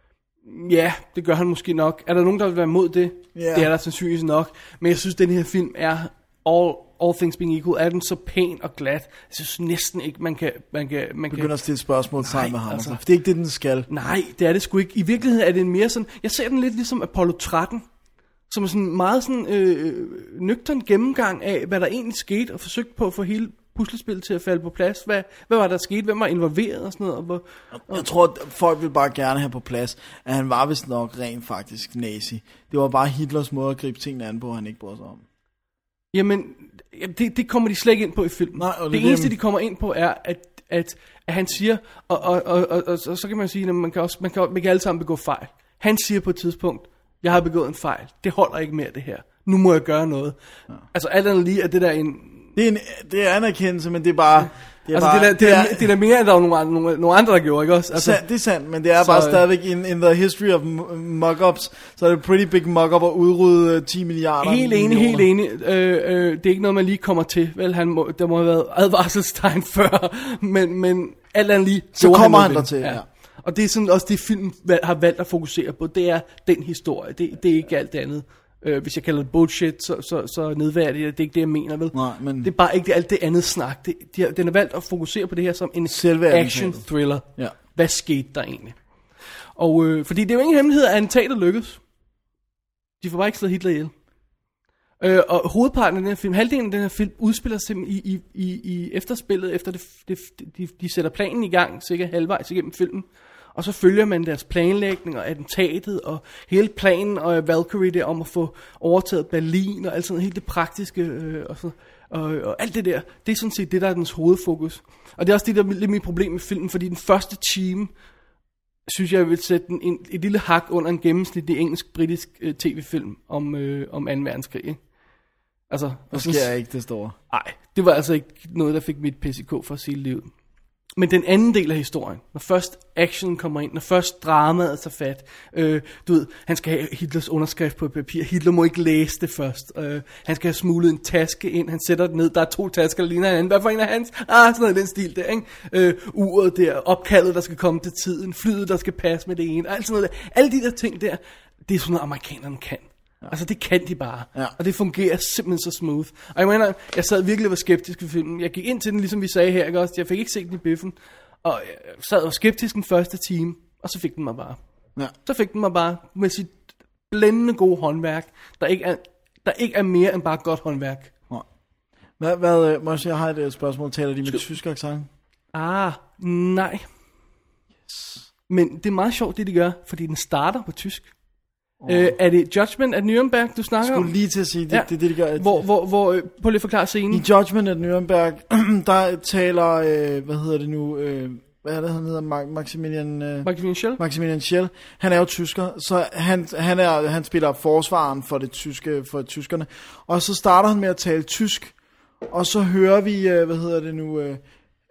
Ja, det gør han måske nok. Er der nogen, der vil være imod det? Yeah. Det er der sandsynligvis nok. Men jeg synes, den her film er, all, all things being equal, er den så pæn og glat. Jeg synes næsten ikke, man kan... Man kan man begynder kan... at stille spørgsmål sammen med ham. Altså. For det er ikke det, den skal. Nej, det er det sgu ikke. I virkeligheden er det mere sådan... Jeg ser den lidt ligesom Apollo tretten, som er sådan meget sådan øh, nøgtern gennemgang af, hvad der egentlig skete, og forsøgt på at få hele puslespil til at falde på plads. Hvad, hvad var der sket? Hvem var involveret og sådan noget? Og hvor, og... Jeg tror, at folk vil bare gerne have på plads, at han var vist nok rent faktisk nazi. Det var bare Hitlers måde at gribe tingene an på, han ikke brød sig om. Jamen, det, det kommer de slet ikke ind på i filmen. Nej, det, det eneste, de kommer ind på, er, at, at, at han siger, og, og, og, og, og, og så kan man sige, at man kan, også, man, kan, man kan alle sammen begå fejl. Han siger på et tidspunkt, jeg har begået en fejl. Det holder ikke mere, det her. Nu må jeg gøre noget. Ja. Altså, alt andet lige, at det der en... Det er, en, det er anerkendelse, men det er bare... Det er, altså, bare, det, er, det, er, det er da mere, end der var nogle, nogle, nogle andre, der gjorde, ikke også? Altså, det er sandt, men det er så, bare stadigvæk in, in the history of mock-ups, så er det pretty big mock-up at udrydde ti milliarder. Helt enig, helt enig. Øh, øh, det er ikke noget, man lige kommer til. Vel, han må, der må have været advarselstegn før, men, men alt andet lige... Så kommer han, han der til, ja. ja. Og det er sådan også det, film har valgt at fokusere på. Det er den historie. Det, det er ikke alt det andet. Øh, hvis jeg kalder det bullshit, så, så, så nedværdigt. Det er ikke det, jeg mener, vel? Nej, men... Det er bare ikke det, alt det andet snak. Det, de har, den har valgt at fokusere på det her som en action thriller. Ja. Hvad skete der egentlig? Og øh, fordi det er jo ingen hemmelighed, at attentatet lykkedes. De får bare ikke slået Hitler ihjel. Øh, og hovedparten af den her film, halvdelen af den her film, udspiller sig i, i, i, i efterspillet, efter det, det, de, de sætter planen i gang, cirka halvvejs igennem filmen. Og så følger man deres planlægning og attentatet og hele planen og Valkyrie der om at få overtaget Berlin og alt sådan noget, helt det praktiske øh, og, så, og, og alt det der. Det er sådan set det, der er dens hovedfokus. Og det er også det, der er lidt mit problem med filmen, fordi den første time, synes jeg, vil sætte den en, et lille hak under en gennemsnitlig engelsk-britisk øh, tv-film om, øh, om anden verdenskrig. Ikke? Altså, det sker synes, ikke det store. Nej, det var altså ikke noget, der fik mit P C K for at sige livet. Men den anden del af historien, når først action kommer ind, når først dramaet tager fat, øh, du ved, han skal have Hitlers underskrift på et papir, Hitler må ikke læse det først, øh, han skal have smuglet en taske ind, han sætter den ned, der er to tasker, der ligner hinanden, hvad for en af hans, ah, sådan noget den stil der, ikke? Øh, uret der, opkaldet, der skal komme til tiden, flyet, der skal passe med det ene, alt sådan noget der, alle de der ting der, det er sådan noget, amerikanerne kan. Ja. Altså det kan de bare. Ja. Og det fungerer simpelthen så smooth. Og jeg mener, jeg sad virkelig og var skeptisk ved filmen. Jeg gik ind til den, ligesom vi sagde her, ikke også? Jeg fik ikke set den i biffen. Og jeg sad og var skeptisk den første time. Og så fik den mig bare. Ja. Så fik den mig bare med sit blændende gode håndværk. Der ikke er, der ikke er mere end bare godt håndværk. Ja. Hvad, hvad Moshe, jeg har et spørgsmål. Taler de med tysk accent? Ah, nej. Yes. Men det er meget sjovt, det de gør. Fordi den starter på tysk. Oh. Øh, er det Judgment at Nuremberg, du snakker om? Jeg skulle lige til at sige, det, ja. det er det, de gør. Hvor, hvor, hvor, øh, prøv lige at forklare scenen. I Judgment at Nuremberg, der taler, øh, hvad hedder det nu, øh, hvad er det, han hedder, Maximilian... Øh, Maximilian Schell? Maximilian Schell. Han er jo tysker, så han, han, er, han spiller forsvaren for det tyske, for tyskerne. Og så starter han med at tale tysk, og så hører vi, øh, hvad hedder det nu... Øh,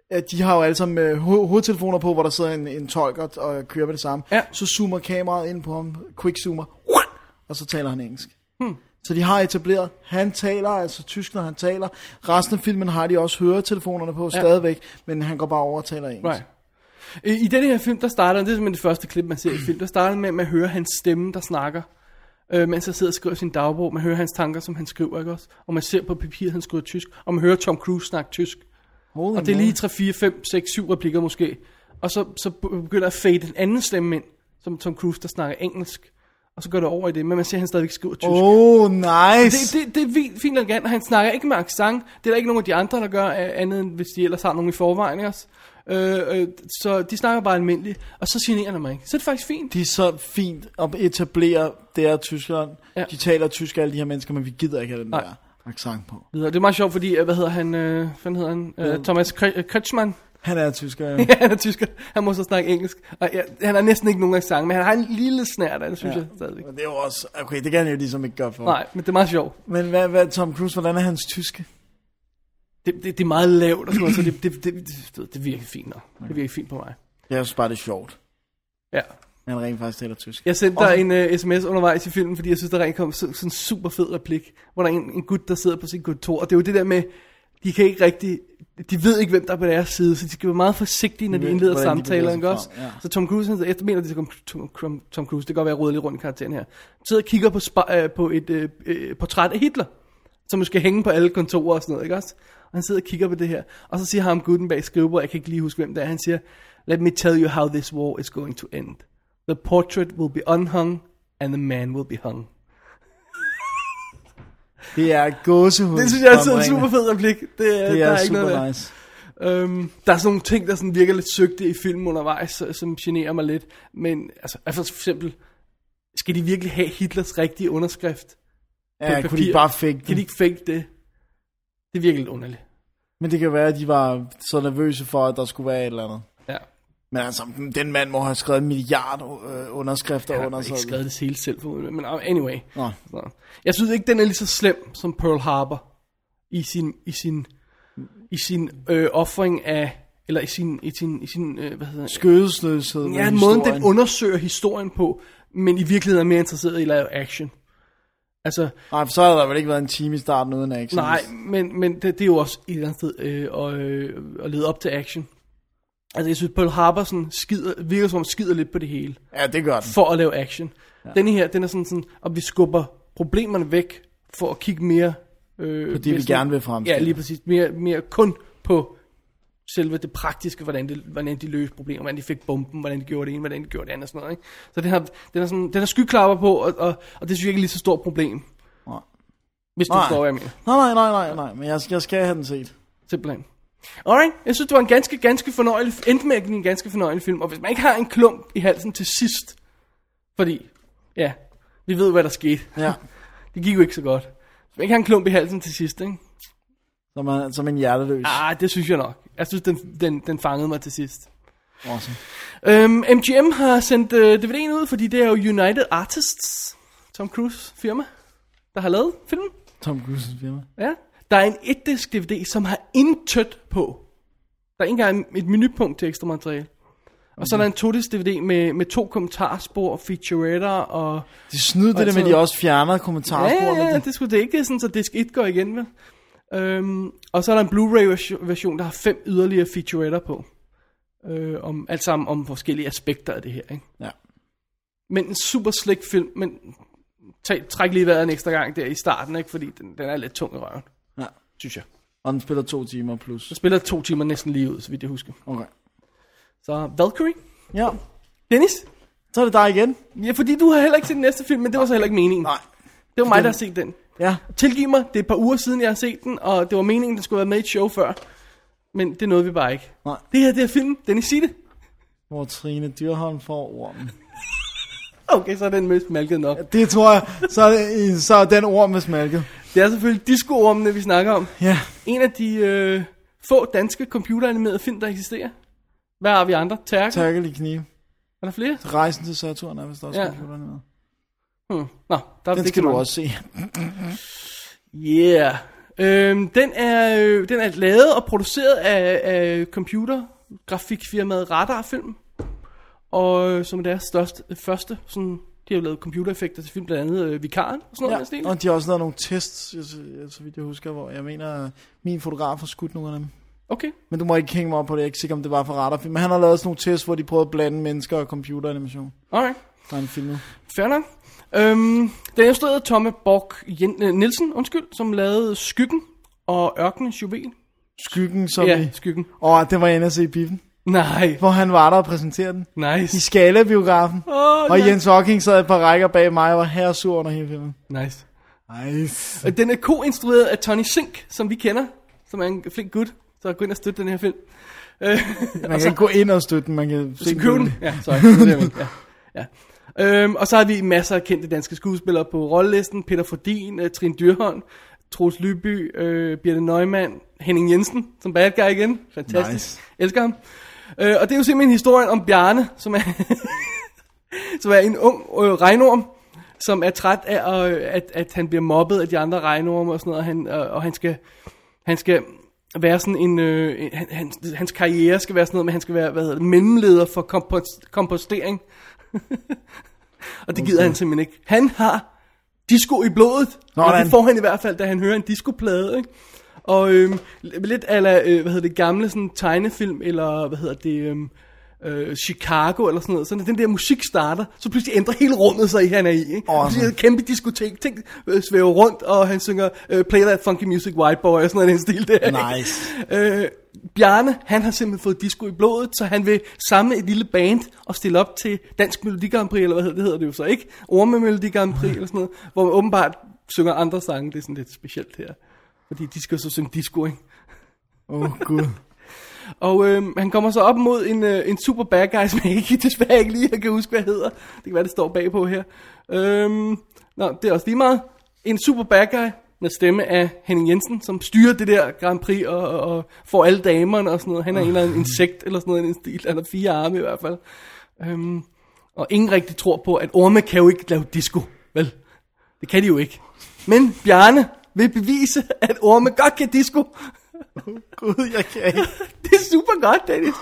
at de har jo alle sammen øh, ho- hovedtelefoner på, hvor der sidder en, en tolk og, og kører med det samme. Ja. Så zoomer kameraet ind på ham, quick zoomer, og så taler han engelsk. Hmm. Så de har etableret, han taler, altså tysk, når han taler. Resten af filmen har de også høretelefonerne på ja. stadigvæk, men han går bare over og taler engelsk. Right. I denne her film, der starter, det er simpelthen det første klip, man ser i film, der starter med, at man hører hans stemme, der snakker, øh, mens han sidder og skriver sin dagbog. Man hører hans tanker, som han skriver, ikke også? Og man ser på papiret, han skriver tysk, og man hører Tom Cruise snakke tysk. Holy og det er lige tre, fire, fem, seks, syv replikker måske. Og så, så begynder at fade en anden stemme ind, som Tom Cruise, der snakker engelsk. Og så går det over i det, men man ser, at han stadigvæk skriver tysk. Oh, nice! Det, det, det er fint, fint og elegant, og han snakker ikke med accent. Det er der ikke nogen af de andre, der gør, andet end hvis de ellers har nogen i forvejen, også. Øh, øh, så de snakker bare almindeligt, og så generer det mig ikke. Så er det faktisk fint. De er så fint at etablere der Tyskland. Ja. De taler tysk, alle de her mennesker, men vi gider ikke have den Nej. der accent på. Det er meget sjovt, fordi, hvad hedder han, øh, hvad hedder han? Øh, Thomas Kretschmann. Han er tysker, ja. Ja, han er tysker. Han må så snakke engelsk. Og ja, han har næsten ikke nogen accent, men han har en lille snært, det synes ja. jeg stadigvæk. Men det er jo også, okay, det kan han jo ligesom ikke gøre for. Nej, men det er meget sjovt. Men hvad, hvad Tom Cruise, hvordan er hans tyske? Det, det, det er meget lavt, og sådan noget, så det, det, det, det, det virker fint nok. Det virker fint på mig. Jeg synes bare, det er sjovt. Ja. Han rent faktisk taler tysk. Jeg sendte dig en uh, sms undervejs i filmen, fordi jeg synes, der rent kom sådan en super fed replik, hvor der er en, en gut, der sidder på sin kontor, og det er jo det der med, de kan ikke rigtig, de ved ikke, hvem der er på deres side, så de skal være meget forsigtige, når de indleder Hvordan samtaler, ikke også? Ja. Så Tom Cruise, han, jeg mener, det er Tom, Tom Cruise, det kan godt være, jeg roder lidt rundt i karakteren her, sidder og kigger på, spa, uh, på et uh, uh, portræt af Hitler, som måske hænge på alle kontorer og sådan noget, ikke også? Og han sidder og kigger på det her, og så siger ham gutten bag skrivebordet, jeg kan ikke lige huske, hvem det er, han siger, let me tell you how this war is going to end. The portrait will be unhung, and the man will be hung. Det er gåsehud. Det synes jeg er en super fed replik. Det er, det der er, er ikke super noget nice. Um, der er sådan nogle ting, der sådan virker lidt søgte i filmen undervejs, som generer mig lidt. Men altså, for eksempel, skal de virkelig have Hitlers rigtige underskrift? Ja, kunne de bare fake det? Kan de ikke fake det? Det virker lidt underligt. Men det kan være, at de var så nervøse for, at der skulle være et eller andet. Ja. Men altså, den mand må have skrevet en milliard øh, underskrifter under. Han har ikke skrevet det hele selv, men anyway. Nå. Så. Jeg synes ikke, den er lige så slem som Pearl Harbor i sin i sin i sin øh, offring af eller i sin i sin i sin øh, hvad hedder det? Skødesløshed. Ja, måden den undersøger historien på, men i virkeligheden er mere interesseret i at lave action. Altså, nej, for så har der vel ikke været en time i starten uden action. Nej, men, men det, det er jo også et eller andet sted øh, at, øh, at lede op til action. Altså jeg synes Pearl Harbor sådan skider, virker som om skider lidt på det hele. Ja, det gør den. For at lave action. Ja. Denne her, den er sådan sådan, at vi skubber problemerne væk for at kigge mere øh, på det vi gerne vil fremstille. Ja, lige præcis. Mere, mere kun på selve det praktiske, hvordan, det, hvordan de løste problemer, hvordan de fik bomben, hvordan de gjorde det ene, hvordan de gjorde det andet og sådan noget, ikke? Så den har, den er sådan, den har skyklapper på, og, og, og det synes jeg ikke er lige så stort problem. Nej. Hvis du forstår, hvad jeg mener. Nej, nej, nej, nej, nej, men jeg, jeg skal have den set. Simpelthen. Alright, jeg synes det var en ganske, ganske fornøjelig, endte med en ganske fornøjelig film, og hvis man ikke har en klump i halsen til sidst, fordi, ja, vi ved hvad der skete. Ja. Det gik jo ikke så godt. Hvis man ikke har en klump i halsen til sidst, ikke? Som en, som en hjerteløs. Ah, det synes jeg nok. Jeg synes, den, den, den fangede mig til sidst. Awesome. Øhm, M G M har sendt øh, D V D'en ud, fordi det er jo United Artists, Tom Cruise firma, der har lavet filmen. Tom Cruise firma. Ja. Der er en et-disk D V D, som har intet på. Der er ikke engang et menupunkt til ekstra materiale. Og så er der en to-disk D V D med, med to kommentarspor, featuretter og... De snyder det der med, at de også fjerner kommentarsporene. Ja, ja, det skulle det ikke, sådan, så disk et går igen, vel? Øhm, og så er der en Blu-ray version, der har fem yderligere featuretter på. Øh, om, alt sammen om forskellige aspekter af det her, ikke? Ja. Men en super slick film, men tag, træk lige vejret en ekstra gang der i starten, ikke? Fordi den, den er lidt tung i røven. Ja. Synes jeg. Og den spiller to timer plus. Den spiller to timer næsten lige ud, så vidt jeg husker. Okay. Så Valkyrie. Ja. Dennis. Så er det dig igen. Ja, fordi du har heller ikke set den næste film, men det var så heller ikke meningen. Nej. Det var mig, der har set den. Ja. Tilgiv mig, det er et par uger siden, jeg har set den, og det var meningen, den skulle være med i et show før. Men det nåede vi bare ikke. Nej. Det her, det er filmen. Dennis, sig det. Hvor Trine Dyrholm får ormen. Okay, så er den mest malket nok. Ja, det tror jeg. Så er, det, så er den orm med smalket. Det er selvfølgelig disco-ormene, vi snakker om. Ja. En af de øh, få danske computeranimerede film, der eksisterer. Hvad har vi andre? Terkel? Terkel i knive. Er der flere? Rejsen til Saturn er vist også ja. computeranimeret. Hmm. Nå, der er den skal du også se. Yeah. Øhm, den, er, øh, den er lavet og produceret af, af computergrafikfirmaet Radarfilm. Og øh, som er deres største, første, sådan, de har jo lavet computereffekter til film, blandt andet øh, Vikaren og sådan noget. Ja, og de har også lavet nogle tests, så, så vidt jeg husker, hvor jeg mener, min fotograf har skudt nogle af dem. Okay. Men du må ikke hænge mig op på det, jeg er ikke sikker, om det var for Radarfilm. Men han har lavet sådan nogle tests, hvor de prøvede at blande mennesker og computeranimation. Alright. Der er en film nu. Fair nok. Øhm, den er instrueret af Tomme Borch Nielsen, undskyld, som lavede Skyggen og Ørkenens Juvel. Skyggen, som Ja, i... Skyggen. Åh, det var jeg inde at se i biffen. Nej. Hvor han var der og præsenterede den. Nice. I Skala-biografen. Oh, og nice. Jens Hocking sad et par rækker bag mig og var herresur under hele filmen. Nice. Nice. Og den er ko-instrueret af Tony Sink, som vi kender, som er en flink gut. Så gå ind og støtte den her film. Man kan ikke gå ind og støtte den, man kan se købe den. Ja, sorry. Det er det, jeg mener. Ja. Ja. Øhm, og så har vi masser af kendte danske skuespillere på rollelisten. Peter Fordin, uh, Trine Dyrholm, Troels Lyby, uh, Birte Neumann, Henning Jensen som bad guy igen. Fantastisk. Nice. Elsker ham. Uh, og det er jo simpelthen historien om Bjarne, som er, som er en ung uh, regnorm, som er træt af, uh, at, at han bliver mobbet af de andre regnorme og sådan noget, og han, uh, og han skal... Han skal være sådan en, øh, han, hans, hans karriere skal være sådan noget, men han skal være, hvad hedder det, mellemleder for kompost, kompostering. Og det gider okay. han simpelthen ikke. Han har disco i blodet, Nå, og det får han i hvert fald, da han hører en discoplade, ikke? Og øh, lidt ala, øh, hvad hedder det, gamle sådan tegnefilm, eller hvad hedder det, øh, øh, Chicago, eller sådan noget. Så når den der musik starter, så pludselig ændrer hele rummet sig, han er i, ikke? Oh, pludselig er et kæmpe diskotek, ting øh, svæver rundt, og han synger øh, Play That Funky Music White Boy, og sådan noget, den stil der. Nice. Øh, Bjarne, han har simpelthen fået disco i blodet, så han vil samle et lille band og stille op til Dansk Melodi Grand Prix, eller hvad hedder det, hedder det jo så ikke, Orme Melodi Grand Prix, eller sådan noget, hvor man åbenbart synger andre sange, det er sådan lidt specielt her. Fordi de skal så synge disco, ikke? Åh, oh, gud. Og øh, han kommer så op mod en, øh, en super bad guy, som jeg ikke, desværre ikke lige kan huske, hvad hedder. Det kan være, det står bagpå her. Øhm, nå, det er også lige meget. En super bad guy med stemme af Henning Jensen, som styrer det der Grand Prix og, og, og får alle damerne og sådan noget. Han er en eller anden insekt eller sådan noget, en stil. Han har fire arme i hvert fald. Øhm, og ingen rigtig tror på, at orme kan jo ikke lave disco. Vel, det kan de jo ikke. Men Bjarne vil bevise, at orme godt kan disco. Oh, Gud, jeg kan ikke. Det er super godt, Dennis.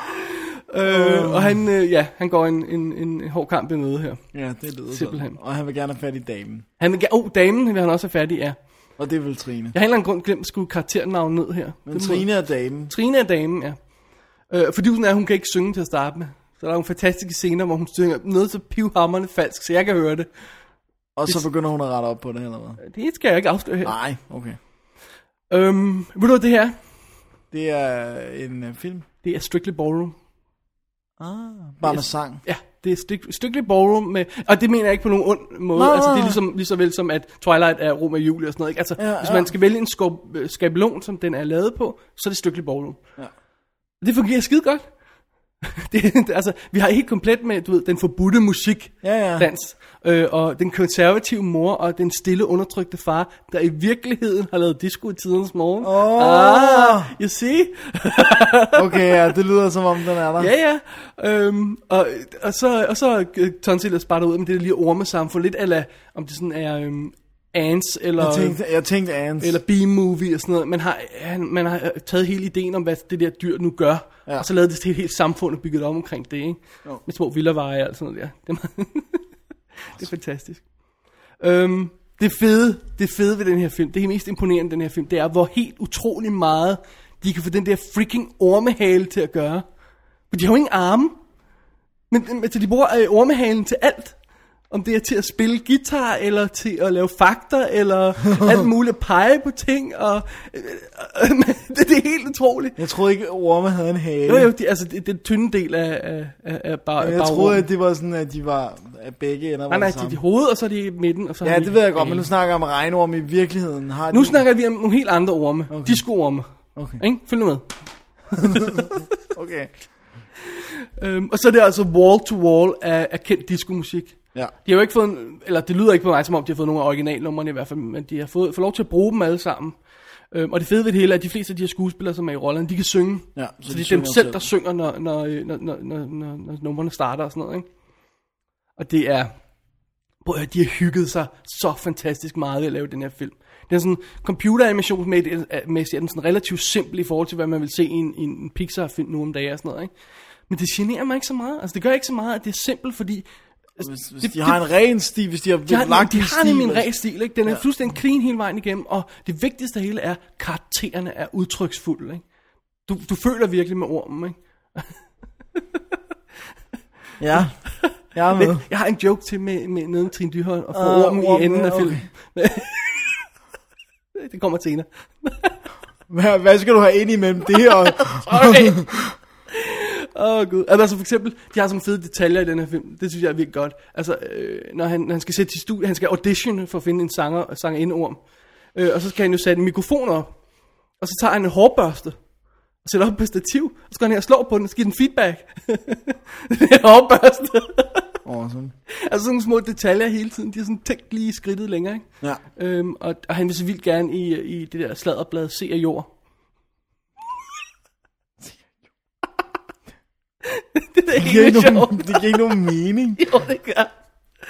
Øh, og han, øh, ja, han går en, en, en hård kamp i møde her. Ja, det lyder simpelthen. Sådan. Og han vil gerne have fat i damen. Han vil gerne, oh, damen vil han også have fat i, ja. Og det er vel Trine. Jeg har en eller anden grund glemt at skrive karakternavn ned her. Men Trine er damen. Trine er damen, ja. Øh, fordi sådan er, hun kan ikke synge til at starte med. Så der er nogle fantastiske scener, hvor hun synger noget så pivhamrende falsk, så jeg kan høre det. Og så begynder hun at rette op på det, eller hvad? Det skal jeg ikke afsløre her. Nej, okay. Øhm, ved du hvad det her? Det er en uh, film. Det er Strictly Ballroom. Ah, bare med sang. Ja, det er Stric- Strictly Ballroom med, og det mener jeg ikke på nogen ond måde. Nå, altså det er ligesom lige så vel som at Twilight er Romeo og Julie og sådan noget, ikke? Altså ja, hvis ja. man skal vælge en skab- skabelon, som den er lavet på, så er det Strictly Ballroom. Ja. Det fungerer skide godt. det, det, altså vi har helt komplet med, du ved, den forbudte musik, ja, ja. dans, øh, og den konservative mor og den stille undertrykte far, der i virkeligheden har lavet disco i tidernes morgen. Oh. Ah, you see? Okay, ja, det lyder som om den er der. Ja, ja. Øhm, og, og så og så Tonsil spart ud med det der lille ormesamfund, lidt ala, om det sådan er øhm, Ants eller jeg tænkte, jeg tænkte Ants eller B-movie og sådan noget. Man har man har taget hele ideen om hvad det der dyr nu gør, ja. Og så lavet det til et helt samfund og bygget op omkring det, ikke? Jo. Med små villaveje og sådan noget der. Det er, det er fantastisk. Øhm, det fede, det fede ved den her film, det er mest imponerende den her film, det er hvor helt utrolig meget de kan få den der freaking ormehale til at gøre. For de har jo ingen arme. Men, men så de bruger øh, ormehalen til alt. Om det er til at spille guitar, eller til at lave fakter, eller alt muligt, pege på ting, og øh, øh, det, det er helt utroligt. Jeg troede ikke, orme havde en hale. Jo, jo, de, altså det, det er tynde del af, af, af, af bar, Jeg bagrum. troede, at det var sådan, at de var at begge ender Nej, nej, de er i hovedet, og så er de i midten. Og så ja, de, det ved jeg godt, men nu snakker jeg om regnorme i virkeligheden. Har nu de... snakker vi om nogle helt andre orme. Okay. Disco-orme. Okay. Ikke? Følg nu med. Okay. Øhm, og så er det altså wall to wall af, af kendt disco-musik. Ja. De har jo ikke fået, en, eller det lyder ikke på mig, som om de har fået nogle af originalnummerne i hvert fald, men de har fået, fået lov til at bruge dem alle sammen. Øhm, og det fede ved det hele er, at de fleste af de her skuespillere, som er i rollerne, de kan synge. Ja, så, så de det er dem selv, der synger, når, når, når, når, når, når, når numrene starter og sådan noget, ikke? Og det er Prøv at høre, de har hygget sig så fantastisk meget ved at lave den her film. Den er sådan computeranimationsmæssigt er den sådan relativt simpel i forhold til, hvad man vil se i en, en Pixar-film nu om dagen og sådan noget, ikke? Men det generer mig ikke så meget. Altså det gør ikke så meget, at det er simpelt, fordi... Hvis, hvis det, de har en ren stil, hvis de har, de har lagt de en har stil... nemlig en ren stil, ikke? Den er ja. fuldstændig clean hele vejen igennem, og det vigtigste af hele er, karaktererne er udtryksfulde, ikke? Du, du føler virkelig med ormen, ikke? Ja, jeg er med. Men jeg har en joke til med, med nede med Trine Dyrholm og få uh, ormen ormen, i enden af okay. filmen. Det kommer senere. hvad, hvad skal du have ind imellem det og... Sorry. Åh oh, gud. Altså for eksempel, de har sådan fede detaljer i den her film. Det synes jeg er virkelig godt. Altså, øh, når, han, når han skal sætte til studie, han skal audition for at finde en sanger, sangerinde-orm. Øh, og så skal han jo sætte en mikrofon op. Og så tager han en hårbørste og sætter op på stativ. Og så går han her og slår på den og så giver den feedback. Det er hårbørste. Awesome. Altså sådan små detaljer hele tiden. De har sådan tænkt lige skridtet længere, ikke? Ja. Øhm, og, og han vil så vildt gerne i, i det der sladderblad Se af jord. Det, det, giver ikke nogen, det giver ikke nogen mening. Jo, det gør.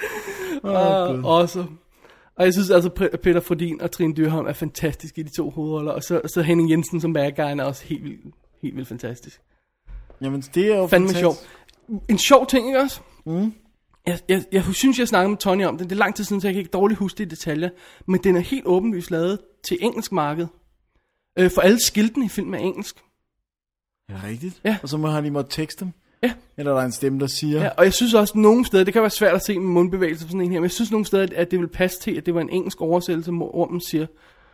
Oh, uh, også. Og jeg synes altså, Peter Frodin og Trine Dyrholm er fantastiske i de to hovedroller. Og så, så Henning Jensen som bad guyen er også helt vildt, helt vildt fantastisk. Jamen, det er jo fandme fantastisk. sjov. En sjov ting, ikke også? Mm. Jeg, jeg, jeg synes, jeg snakkede med Tony om det. Det er lang tid siden, så jeg kan ikke dårligt huske det i detaljer. Men den er helt åbenlyst lavet til engelsk marked. Øh, for alle skiltene i filmen er engelsk. Ja, rigtigt. Ja. Og så må han lige måtte tekste dem. Ja. Eller der er en stemme, der siger... Ja, og jeg synes også, at nogle steder, det kan være svært at se med mundbevægelser på sådan en her, men jeg synes nogle steder, at det vil passe til, at det var en engelsk oversættelse, hvor ormen siger.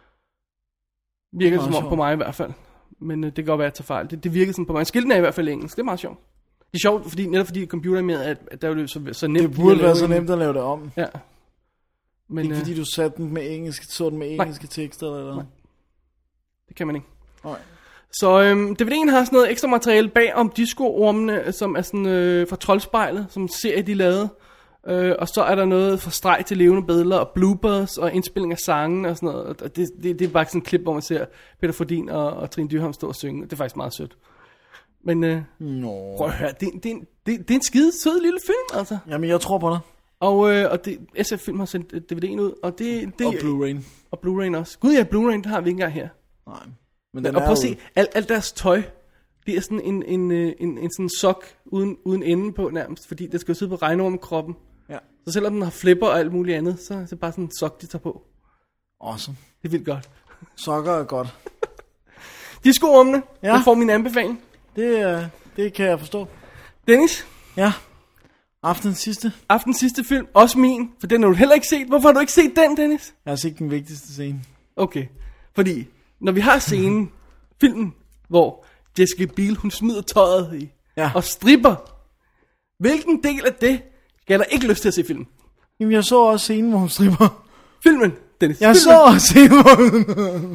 Virker det som om på mig i hvert fald. Men øh, det kan godt være, at jeg tager fejl. Det, det virker som på mig. Skilten er i hvert fald engelsk. Det er meget sjovt. Det er sjovt, fordi, netop fordi computeren med, at, at der er jo så, så nemt. Det burde være så nemt at lave det om. Ja. Men, ikke øh, fordi du satte den med engelsk, så den med engelske nej. tekster eller nej. Det kan man ikke. Nej. Så øhm, D V D'en har sådan noget ekstra materiale bag om disco-ormene, som er sådan øh, fra Troldspejlet, som serie de lavede. Øh, og så er der noget fra streg til levende billeder og bloopers og indspilling af sangen og sådan noget. Og det, det, det er bare sådan en klip, hvor man ser Peter Frodin og, og Trine Dyrholm stå og synge. Det er faktisk meget sødt. Men øh, no. prøv at høre, det, det, det, det, det er en skide sød lille film, altså. Jamen, jeg tror på dig. Og, øh, og det, S F Film har sendt D V D'en ud, og det... det og Blu-ray. Og Blu-ray også. Gud ja, Blu-ray, den har vi ikke engang her. Nej. Men den og prøv at jo... se, alt, alt deres tøj, det er sådan en, en, en, en, en sådan sok uden, uden ende på nærmest, fordi det skal jo sidde på regnormekroppen. Ja. Så selvom den har flipper og alt muligt andet, så er det bare sådan en sok, de tager på. Awesome. Det er vildt godt. Sokker er godt. De skoormene, ja. Jeg får min anbefaling. Det, det kan jeg forstå. Dennis? Ja? Aftens sidste? Aftens sidste film, også min, for den har du heller ikke set. Hvorfor har du ikke set den, Dennis? Jeg har set den vigtigste scene. Okay, fordi når vi har scenen, filmen, hvor Jessica Biel, hun smider tøjet i, ja. og stripper. Hvilken del af det gav der ikke lyst til at se filmen? Jamen, jeg så også scenen, hvor hun stripper. Filmen, Dennis. Jeg filmen. så også scenen, hvor hun...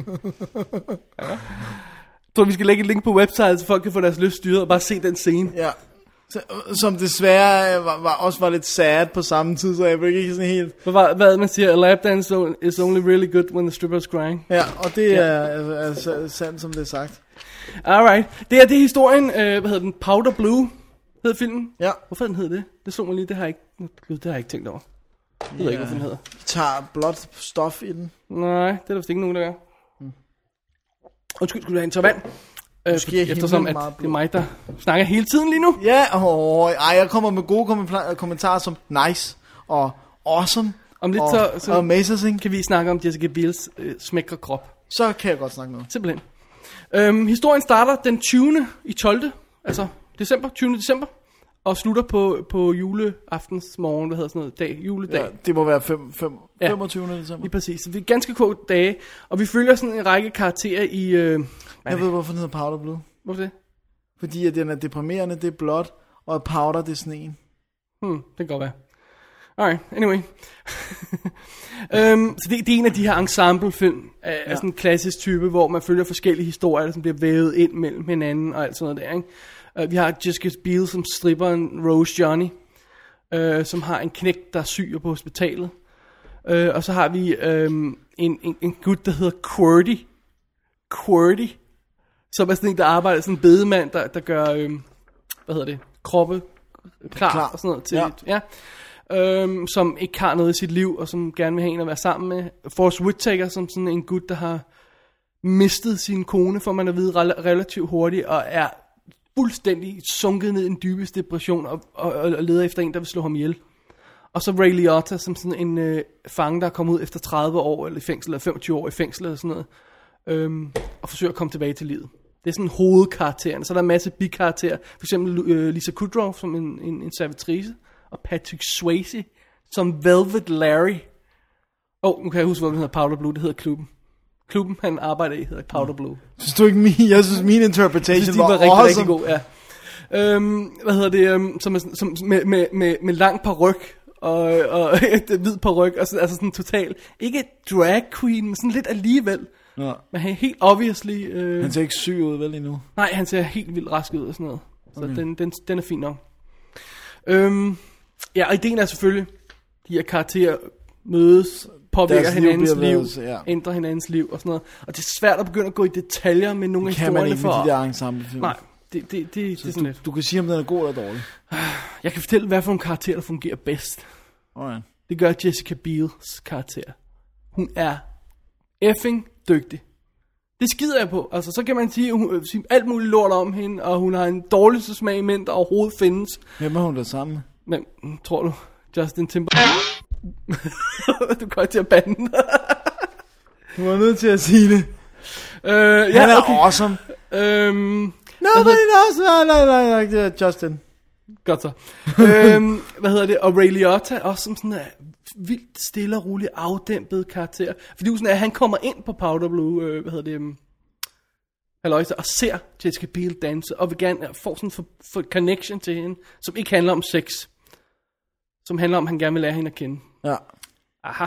ja. Jeg tror, vi skal lægge et link på website, så folk kan få deres lyst styret og bare se den scene. Ja. Som desværre var, var, også var lidt sad på samme tid, så jeg blev ikke sådan helt... Hvad, hvad man siger, a lap dance is only really good when the stripper is crying. Ja, og det ja. er, er, er sandt, som det er sagt. Alright. Det er det historien, øh, hvad hedder den, Powder Blue, hed filmen. Ja. Hvorfor den hed det? Det så mig lige, det har jeg ikke, det har jeg ikke tænkt over. Jeg ved ja. ikke, hvorfor den hedder. Vi tager blot stof i den. Nej, det er der vist ikke nogen, der gør. Hmm. Undskyld, skulle du have en tår vand? Øh, eftersom at det er mig, der snakker hele tiden lige nu. Ja, åh, ej, jeg kommer med gode kommentarer som nice og awesome. Om lidt og, så, så og amazing. Kan vi snakke om Jessica Biels øh, smækre krop. Så kan jeg godt snakke noget. Simpelthen. Øhm, historien starter den tyvende i tolvte Altså december, tyvende december og slutter på, på juleaftens morgen, hvad hedder sådan noget, dag, juledag. Ja, det må være fem, fem, ja, femogtyvende december. Lige præcis. Så det er ganske få dage, og vi følger sådan en række karakterer i... Øh, jeg ved, hvorfor den hedder Powder Blue. Hvorfor det? Fordi at den er deprimerende, det er blåt, og powder, det er sneen. Hmm, det kan godt være. Alright, anyway. um, så det, det er en af de her ensemblefilm af, ja. af sådan en klassisk type, hvor man følger forskellige historier, som bliver vævet ind mellem hinanden og alt sådan noget der, ikke? Uh, vi har Jessica Biel som stripperen Rose Johnny, uh, som har en knægt, der er syg på hospitalet. Uh, og så har vi um, en, en, en gut, der hedder Qwerty. Qwerty. Som er sådan en, der arbejder, sådan en bedemand, der, der gør, um, hvad hedder det, kroppe klar, klar og sådan noget til, ja. øhm, som ikke har noget i sit liv, og som gerne vil have en at være sammen med. Forrest Whitaker, som sådan en gut, der har mistet sin kone, for man at vide rel- relativt hurtigt, og er fuldstændig sunket ned i en dybest depression, og, og, og leder efter en, der vil slå ham ihjel. Og så Ray Liotta, som sådan en øh, fange, der er kommet ud efter tredive år eller i fængsel, eller femogtyve år i fængsel, eller sådan noget, øhm, og forsøger at komme tilbage til livet. Det er sådan hovedkarakteren. Så er der en masse bikarakterer. For eksempel øh, Lisa Kudrow som en, en, en servitrice, og Patrick Swayze som Velvet Larry. Åh, oh, nu kan jeg huske, hvad det hedder, Powder Blue. Det hedder Klubben. Klubben, han arbejder i, hedder Powder Blue. Synes du ikke min? Jeg synes, min interpretation synes, var, var rigtig, awesome. rigtig god, ja. Øhm, hvad hedder det? Um, som, er, som med, med, med, med lang paryk og, og et hvid paryk, og så, altså sådan total, ikke drag queen, men sådan lidt alligevel. Ja. Men han er helt obviously... Øh, Han ser ikke syg ud, vel, endnu? nej, han ser helt vildt rask ud og sådan noget. Så Okay. den, den, den er fin nok. Øhm, ja, og ideen er selvfølgelig, de her karakterer mødes, påvirker Deres liv hinandens bliver liv, været- ja. ændrer hinandens liv og sådan noget. Og det er svært at begynde at gå i detaljer med nogle af Kan man historierne ikke for... med de der ensemblefilm? Nej, det, det, det, det er Så sådan du, lidt. du kan sige, om den er god eller dårlig. Jeg kan fortælle, hvad for nogle karakterer, der fungerer bedst. Alright. Det gør Jessica Biels karakter. Hun er effing dygtig. Det skider jeg på. Altså, så kan man sige, hun, sige alt muligt lort om hende, og hun har en dårligste smag i mænd, der overhovedet findes. Hvem er hun der sammen med? Men, mm, tror du, Justin Timberlake? Du kommer til at bande. Du var nødt til at sige det. øh, ja, Han er okay. awesome. Øhm, Nobody knows. Nej, nej, nej, nej, det er Justin. Godt så. øhm, hvad hedder det? Og Ray Liotta også som sådan en vildt stille og rolig afdæmpet karakter. Fordi sådan, at han kommer ind på Powder Blue, øh, hvad hedder det, um, halløjse, og ser Jessica Biel danse, og vil gerne få sådan for, for connection til hende, som ikke handler om sex. Som handler om, at han gerne vil lære hende at kende. Ja. Aha.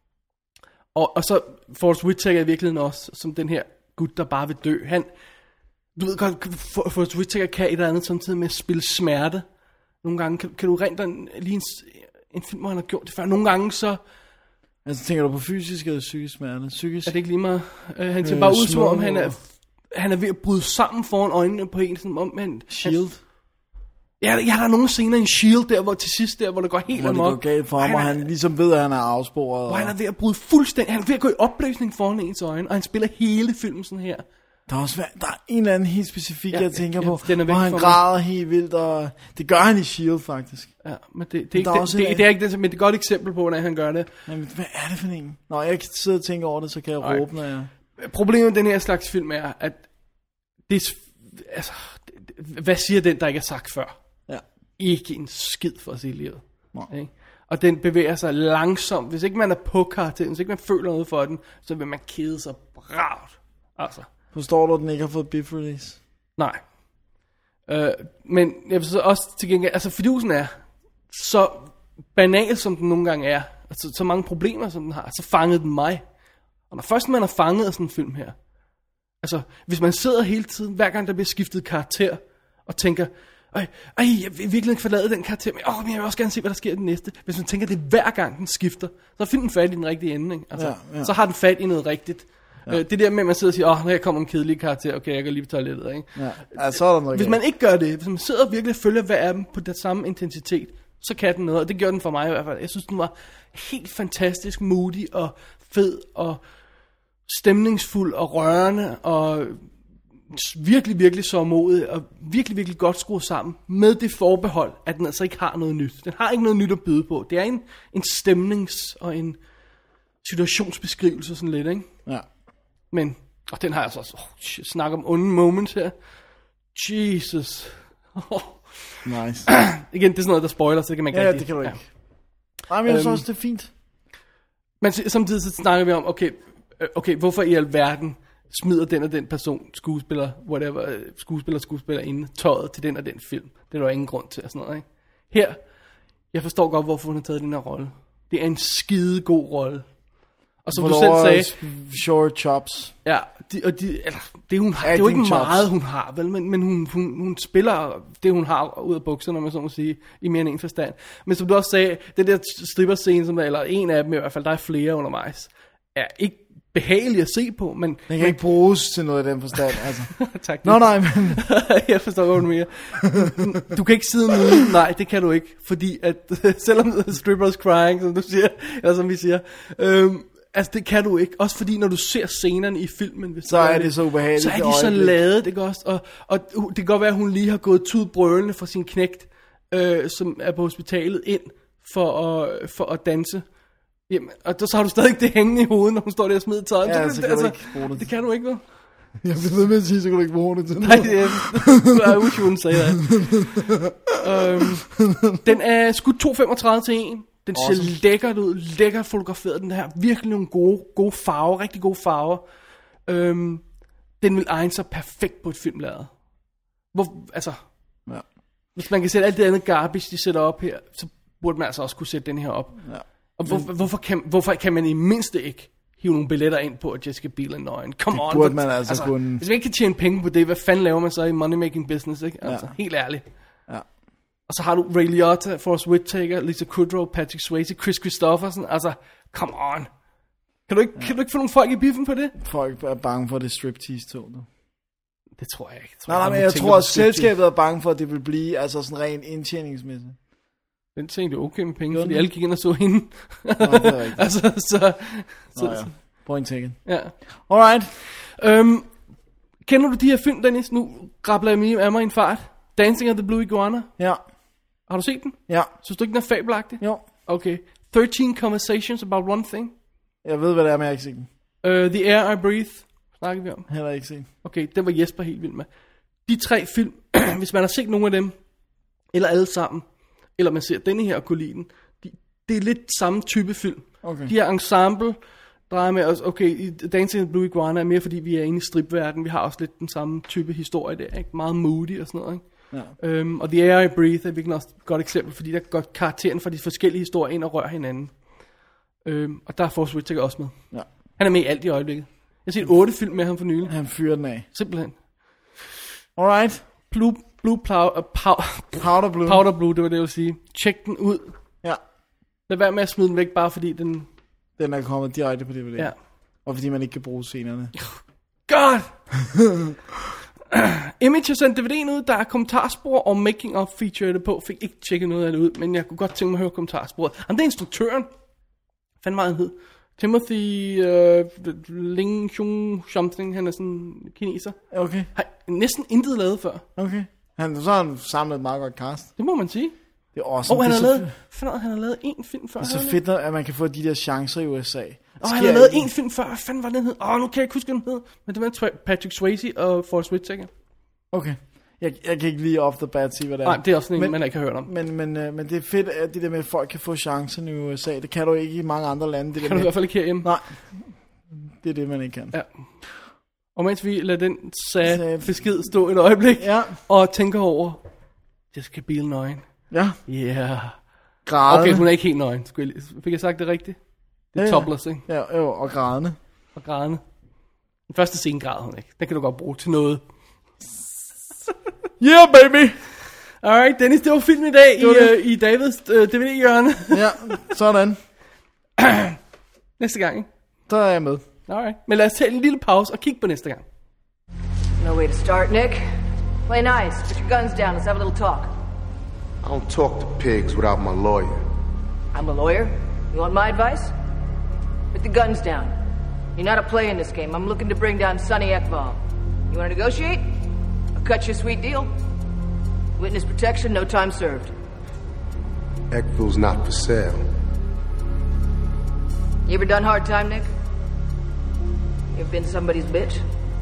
Og, og så Forrest Whitaker i virkeligheden også, som den her gut, der bare vil dø. Han, du ved godt, For- Forrest Whitaker kan et eller andet samtidig med at spille smerte. Nogle gange, kan, kan du rent en, lige en, en film, hvor han har gjort det før. Nogle gange så, Altså, tænker du på fysisk eller psykisk smerte? Psykisk? er det ikke lige meget. Uh, han ser Øh, bare ud som om, små- han er, han er ved at bryde sammen foran øjnene på en. Sådan om, han, Shield? Han, ja, der, ja, der er nogle scener i en Shield der, hvor til sidst der, hvor det går helt Hvor det amok. går galt for ham, Og og han han er- ligesom ved, at han er afsporet. Hvor han er Og ved at bryde fuldstændig, han er ved at gå i opløsning foran ens øjne, og han spiller hele filmen sådan her. der er også vær- der er en eller anden helt specifik, Ja, jeg tænker ja, på, den er væk hvor han for mig. græder helt vildt, og det gør han i Shield faktisk. Ja, men det, det, er, ikke, der er det, også det, en- det er ikke det, men det er et godt eksempel på, hvordan han gør det. Men hvad er det for en? Når jeg kan sidde og tænke over det, så kan jeg Nej. råbe, når jeg... Problemet med den her slags film er, at det, er s- altså, det- hvad siger den, der ikke er sagt før? Ja. Ikke en skid for at se livet. Nej. Ikke? Og den bevæger sig langsomt. Hvis ikke man er på karakteren, hvis ikke man føler noget for den, så vil man kede sig bravt. Altså, Forstår du, at den ikke har fået biff release? nej. Øh, men jeg vil så også til gengæld, altså fidusen er, så banal som den nogle gange er, altså så mange problemer som den har, så fangede den mig. Og når først man er fanget af sådan en film her, altså hvis man sidder hele tiden, hver gang der bliver skiftet karakter, og tænker, ej, ej jeg vil virkelig ikke forlade den karakter, men, åh, men jeg vil også gerne se, hvad der sker i den næste. Hvis man tænker, det er hver gang den skifter, så har filmen fat i den rigtige ende, ikke? Altså, Ja, ja. så har den fat i noget rigtigt. Ja. Øh, det der med, at man sidder og siger, åh, når jeg kommer en kedelig karakter, okay, jeg går lige på toilettet, ikke? Ja, ja så er der noget Hvis galt. man ikke gør det, hvis man sidder og virkelig følger hver af dem på den samme intensitet, så kan den noget, og det gjorde den for mig i hvert fald. Jeg synes, den var helt fantastisk moody og fed og stemningsfuld og rørende og virkelig, virkelig så modig og virkelig, virkelig godt skruet sammen med det forbehold, at den altså ikke har noget nyt. Den har ikke noget nyt at byde på. Det er en, en stemnings- og en situationsbeskrivelse sådan lidt, ikke? Ja. Men, og den har jeg så også, oh, shit, snak om onde moments her. Jesus. Nice. Igen, det er sådan noget, der spoiler, så det kan man ikke Ja, rigtig- det kan du ja. ikke. Nej, men jeg synes Øhm, også, det er fint. Men s- samtidig så snakker vi om, okay, øh, okay, hvorfor i alverden smider den og den person, skuespiller, whatever, øh, skuespiller, skuespiller inden tøjet til den og den film. Det er der jo ingen grund til og sådan noget, ikke? Her, jeg forstår godt, hvorfor hun har taget den her rolle. Det er en skide god rolle. Og som du selv sagde, Short chops. ja, de, og de, eller, det hun har, det er jo ikke Acting chops. meget hun har, vel, men, men hun, hun, hun spiller det hun har ud af bukserne, om man så må sige, i mere end en forstand. Men som du også sagde, den der stripper-scene, som der, eller en af dem i hvert fald, der er flere undervejs, er ikke behagelig at se på. Men, Den kan men, ikke bruges til noget i den forstand, altså. tak. Nå nej, men... Jeg forstår godt mere. Du kan ikke sidde nede. Nej, det kan du ikke. Fordi at, selvom strippers crying, som du siger, eller som vi siger, øhm, altså det kan du ikke. Også fordi når du ser scenerne i filmen, hvis Så er det så ubehageligt. så er de så ladet, ikke også? Og, og det kan godt være, at hun lige har gået tudbrølende fra sin knægt, øh, som er på hospitalet, ind for at, for at danse. Jamen, og så har du stadig det hængende i hovedet, når hun står der og smider tøjet. Ja, så, så kan altså, du ikke bruge det. det kan du ikke, vel? Jeg bliver ved med at sige, så kan du ikke bruge det til Nej, det er, det er uge, hun sagde det. øhm, den er skudt to femogtredive til en. Den ser awesome. Lækkert ud, lækkert fotograferet. Den her virkelig nogle gode, gode farver, rigtig gode farver. Øhm, den vil egne sig perfekt på et filmlader. Hvor, altså, ja. Hvis man kan sætte alt det andet garbage, de sætter op her, så burde man altså også kunne sætte den her op. Ja. Og hvor, Men, hvorfor, kan, hvorfor kan man i mindste ikke hive nogle billetter ind på, at Jessica Biel er nøgen? Come det on. Burde man altså, altså kunne... Hvis man ikke kan tjene penge på det, hvad fanden laver man så i money making business, ikke? Altså, ja. Helt ærligt. Ja. Og så har du Ray Liotta, Forrest Whitaker, Lisa Kudrow, Patrick Swayze, Chris Christopherson. Altså, come on. Kan du ikke, ja. kan du ikke få nogle folk i biffen på det? Folk er bange for det striptease-tog, du. Det tror jeg ikke. Tror nej, jeg, nej, men jeg tror, at selskabet er bange for, at det vil blive altså sådan rent indtjeningsmæssigt. Den tænkte det okay med penge, fordi alle gik ind og så hende. Nå, det er rigtigt. altså, så... så Nå, ja. Point taken. Ja. Alright. Øhm, kender du de her film, Dennis? Nu grabler jeg mig af mig i en fart. Dancing of the Blue Iguana. Ja. Har du set den? Ja. Synes du ikke, den er fabelagtig? Jo. Okay. thirteen Conversations About One Thing. Jeg ved, hvad det er, men jeg har ikke set den. Uh, The Air I Breathe. Snakker vi om. Heller ikke set. Okay, den var Jesper helt vild med. De tre film, hvis man har set nogle af dem, eller alle sammen, eller man ser denne her og kunne lide den, de, det er lidt samme type film. Okay. De her ensemble drejer med os, okay, Dancing of the Blue Iguana er mere fordi vi er inde i stripverdenen, vi har også lidt den samme type historie der, ikke? Meget moody og sådan noget, ikke? Ja. Øhm, og The Air I Breathe er virkelig også et godt eksempel, fordi der går karakteren fra de forskellige historier ind og rører hinanden. Øhm, og der er Forrest Whitaker også med. Ja. Han er med i alt i øjeblikket. Jeg har set otte film med ham for nylig. Han fyrer den af. Simpelthen. Alright. Blue, blue plow, uh, pow, Powder Blue. Powder Blue, det var det, jeg ville sige. Tjek den ud. Ja. Lad være med at smide den væk, bare fordi den... Den er kommet direkte på D V D. Ja. Og fordi man ikke kan bruge scenerne. God! Image har sendt D V D'en ud, der er kommentarspor og making of feature det på. Fik ikke tjekket noget af det ud, men jeg kunne godt tænke mig at høre kommentarsporet. Jamen, det er instruktøren. Fanden meget han hed. Timothy uh, Ling Chung something. Han er sådan kineser. Okay. Har næsten intet lavet før. Okay. Han, så har han samlet et meget godt cast. Det må man sige. Det er awesome. Og han det har er lavet, fanden, han har lavet en film før. Det er så fedt, at man kan få de der chancer i U S A. Og han har lavet en film før. Hvad fanden var den hed? Åh, oh, nu kan jeg ikke huske, hvad den hed. Men det var Patrick Swayze og Forrest Whitaker. Okay. Jeg, jeg kan ikke lige off the bat sige, hvad det er. Nej, det er også sådan en, man ikke har hørt om. Men, men, men, men det er fedt, at det der med, at folk kan få chancen i U S A. Det kan du ikke i mange andre lande. Det kan der du med, i hvert fald ikke herhjemme. Nej, det er det, man ikke kan. Ja. Og mens vi lader den sad besked stå et øjeblik, ja. og tænker over, det skal Biel nøgen. Ja. Yeah. Grædende. Okay, hun er ikke helt nøgen. Fik jeg sagt det rigtigt? Det er ja, topless, ikke? Ja, jo, og grædende. Og grædende. Den første scene græder hun ikke. Den kan du godt bruge til noget. Yeah, baby! Alright, Dennis, det var film i dag i, uh, i Davids uh, D V D-hjørne. Ja, sådan. Næste gang, ikke? Så er jeg med. Alright, men lad os tage en lille pause og kigge på næste gang. No way to start, Nick. Play nice. Put your guns down. Let's have a little talk. I don't talk to pigs without my lawyer. I'm a lawyer. You want my advice? Put the guns down. You're not a player in this game. I'm looking to bring down Sonny Ekval. You want to negotiate? I'll cut you a sweet deal. Witness protection, no time served. Ekval's not for sale. You ever done hard time, Nick? You ever been somebody's bitch?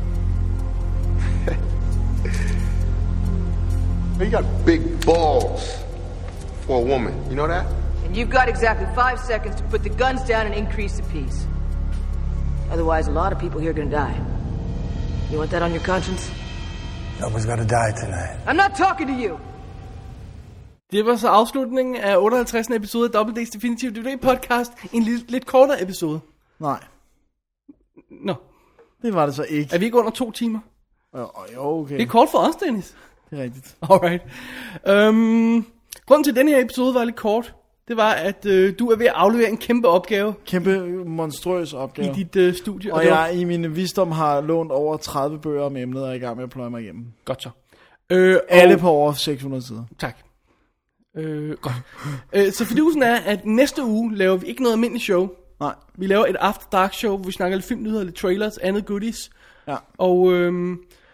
You got big balls for a woman. You know that? And you've got exactly five seconds to put the guns down and increase the peace. Otherwise, a lot of people here are gonna die. You want that on your conscience? Nobody's gonna die tonight. I'm not talking to you! Det var så afslutningen af otteoghalvtreds episode af Double D's Definitive D V D podcast. En lidt, lidt kortere episode. Nej. Nå. Det var det så ikke. Er vi ikke under to timer? Jo, jo okay. Det er kort for os, Dennis. Det er rigtigt. Alright. Um, grunden til, at denne her episode var lidt kort, det var, at øh, du er ved at aflevere en kæmpe opgave. Kæmpe monstrøs opgave. I dit øh, studie. Og, og jeg var... i min visdom har lånt over tredive bøger om emnet, og er i gang med at pløje mig igennem. Godt så. Øh, Alle og... på over seks hundrede sider. Tak. Øh, godt. øh, så fidusen er, at næste uge laver vi ikke noget almindeligt show. Nej. Vi laver et After Dark show, hvor vi snakker lidt filmnyheder, lidt trailers, andet goodies. Ja. Og øhm,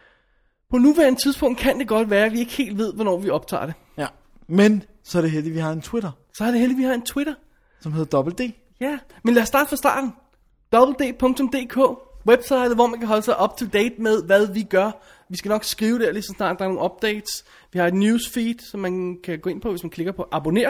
på nuværende tidspunkt kan det godt være, at vi ikke helt ved, hvornår vi optager det. Ja. Men så er det heldigt, at vi har en Twitter. Så er det heldigt, at vi har en Twitter. Som hedder Double D. Ja, men lad os starte fra starten. double d punktum d k, website, hvor man kan holde sig up to date med, hvad vi gør. Vi skal nok skrive der lige så snart der er nogle updates. Vi har et newsfeed, som man kan gå ind på, hvis man klikker på abonner.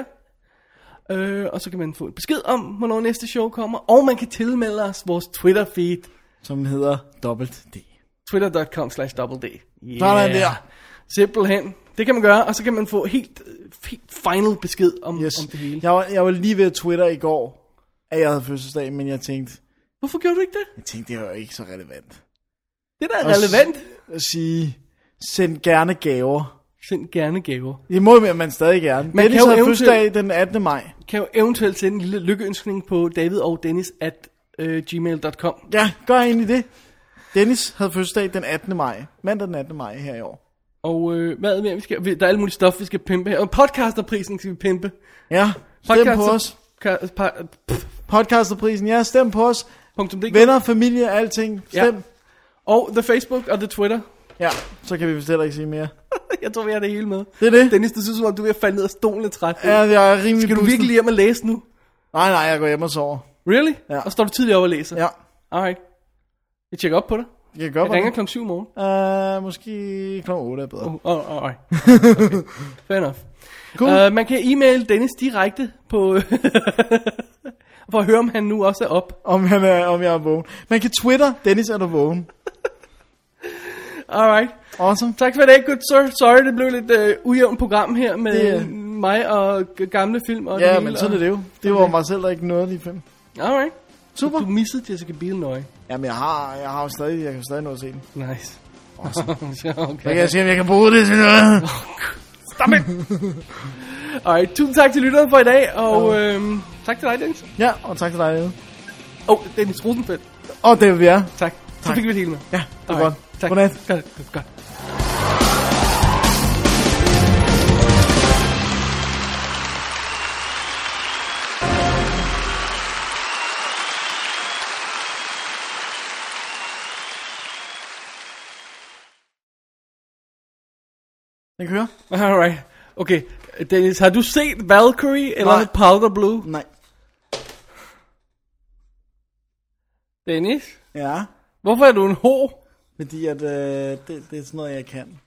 Øh, og så kan man få en besked om, hvornår næste show kommer. Og man kan tilmelde os vores Twitter feed, som hedder Double D. twitter punktum com slash double d. Yeah. Sådan der. Simpelthen. Det kan man gøre, og så kan man få helt, helt final besked om, yes. om det hele. Jeg var, jeg var lige ved Twitter i går, at jeg havde fødselsdag, men jeg tænkte... Hvorfor gjorde du ikke det? Jeg tænkte, det var ikke så relevant. Det der er relevant. At sige, send gerne gaver. Send gerne gaver. Det må man stadig gerne. Man Dennis har fødselsdag den attende maj. Kan jo eventuelt sende en lille lykkeønskning på david og dennis at gmail punktum com. Ja, gør egentlig det. Dennis havde fødselsdag den attende maj. Mandag den attende maj her i år. Og øh, hvad er det, vi skal... Der er alle mulige stof, vi skal pimpe her. Og podcasterprisen skal vi pimpe. Ja, stem Podcaster, på os. Ka, pa, podcasterprisen, ja, stem på os. .dk. Venner, familie, alting. Stem. Ja. Og the Facebook og the Twitter. Ja, så kan vi vist heller ikke sige mere. Jeg tror, vi har det hele med. Det er det. Dennis, du synes, at du er ved at falde ned af stolen træt. Ja, jeg er rimelig Skal du virkelig hjem og læse nu? Nej, nej, jeg går hjem og sover. Really? Ja. Og står du tidligere op og læser? Ja. Alright. Jeg tjekker op på dig. Jeg, jeg ringer klokken syv i morgen. Uh, måske klokken otte er bedre. Oh, oh, alright. Okay. Fair enough. Cool. Uh, man kan e-mail Dennis direkte på... for at høre, om han nu også er op. Om, han er, om jeg er vågen. Man kan Twitter, Dennis er du vågen. Alright. Awesome. Tak for det, good sir. Sorry, det blev lidt uh, ujævnt program her med det... mig og gamle film. Og ja, det men sådan er det jo. Det var okay. Mig selv, der ikke nåede de fem. Alright. Super. Du missede Jessica Biel nøje. Jamen, jeg har, jeg har jo stadig, jeg kan stadig nå at se den. Nice. Awesome. Okay. Så kan jeg se, om jeg kan bruge det til noget. Oh, stop it. Alright, tusind tak til lytteren for i dag, og øhm, tak til dig, Dennis. Ja, og tak til dig, Åh, oh, Dennis Rosenfeldt. Åh, oh, det er vi er. Tak. Så fik vi det hele med. Ja, det er godt. Tak. Godnat. Godt, godt. Den kører. Alright. Okay, Dennis, har du set Valkyrie eller Nej. Powder Blue? Nej. Dennis? Ja? Hvorfor er du en ho? Fordi at, øh, det, det er sådan noget, jeg kan.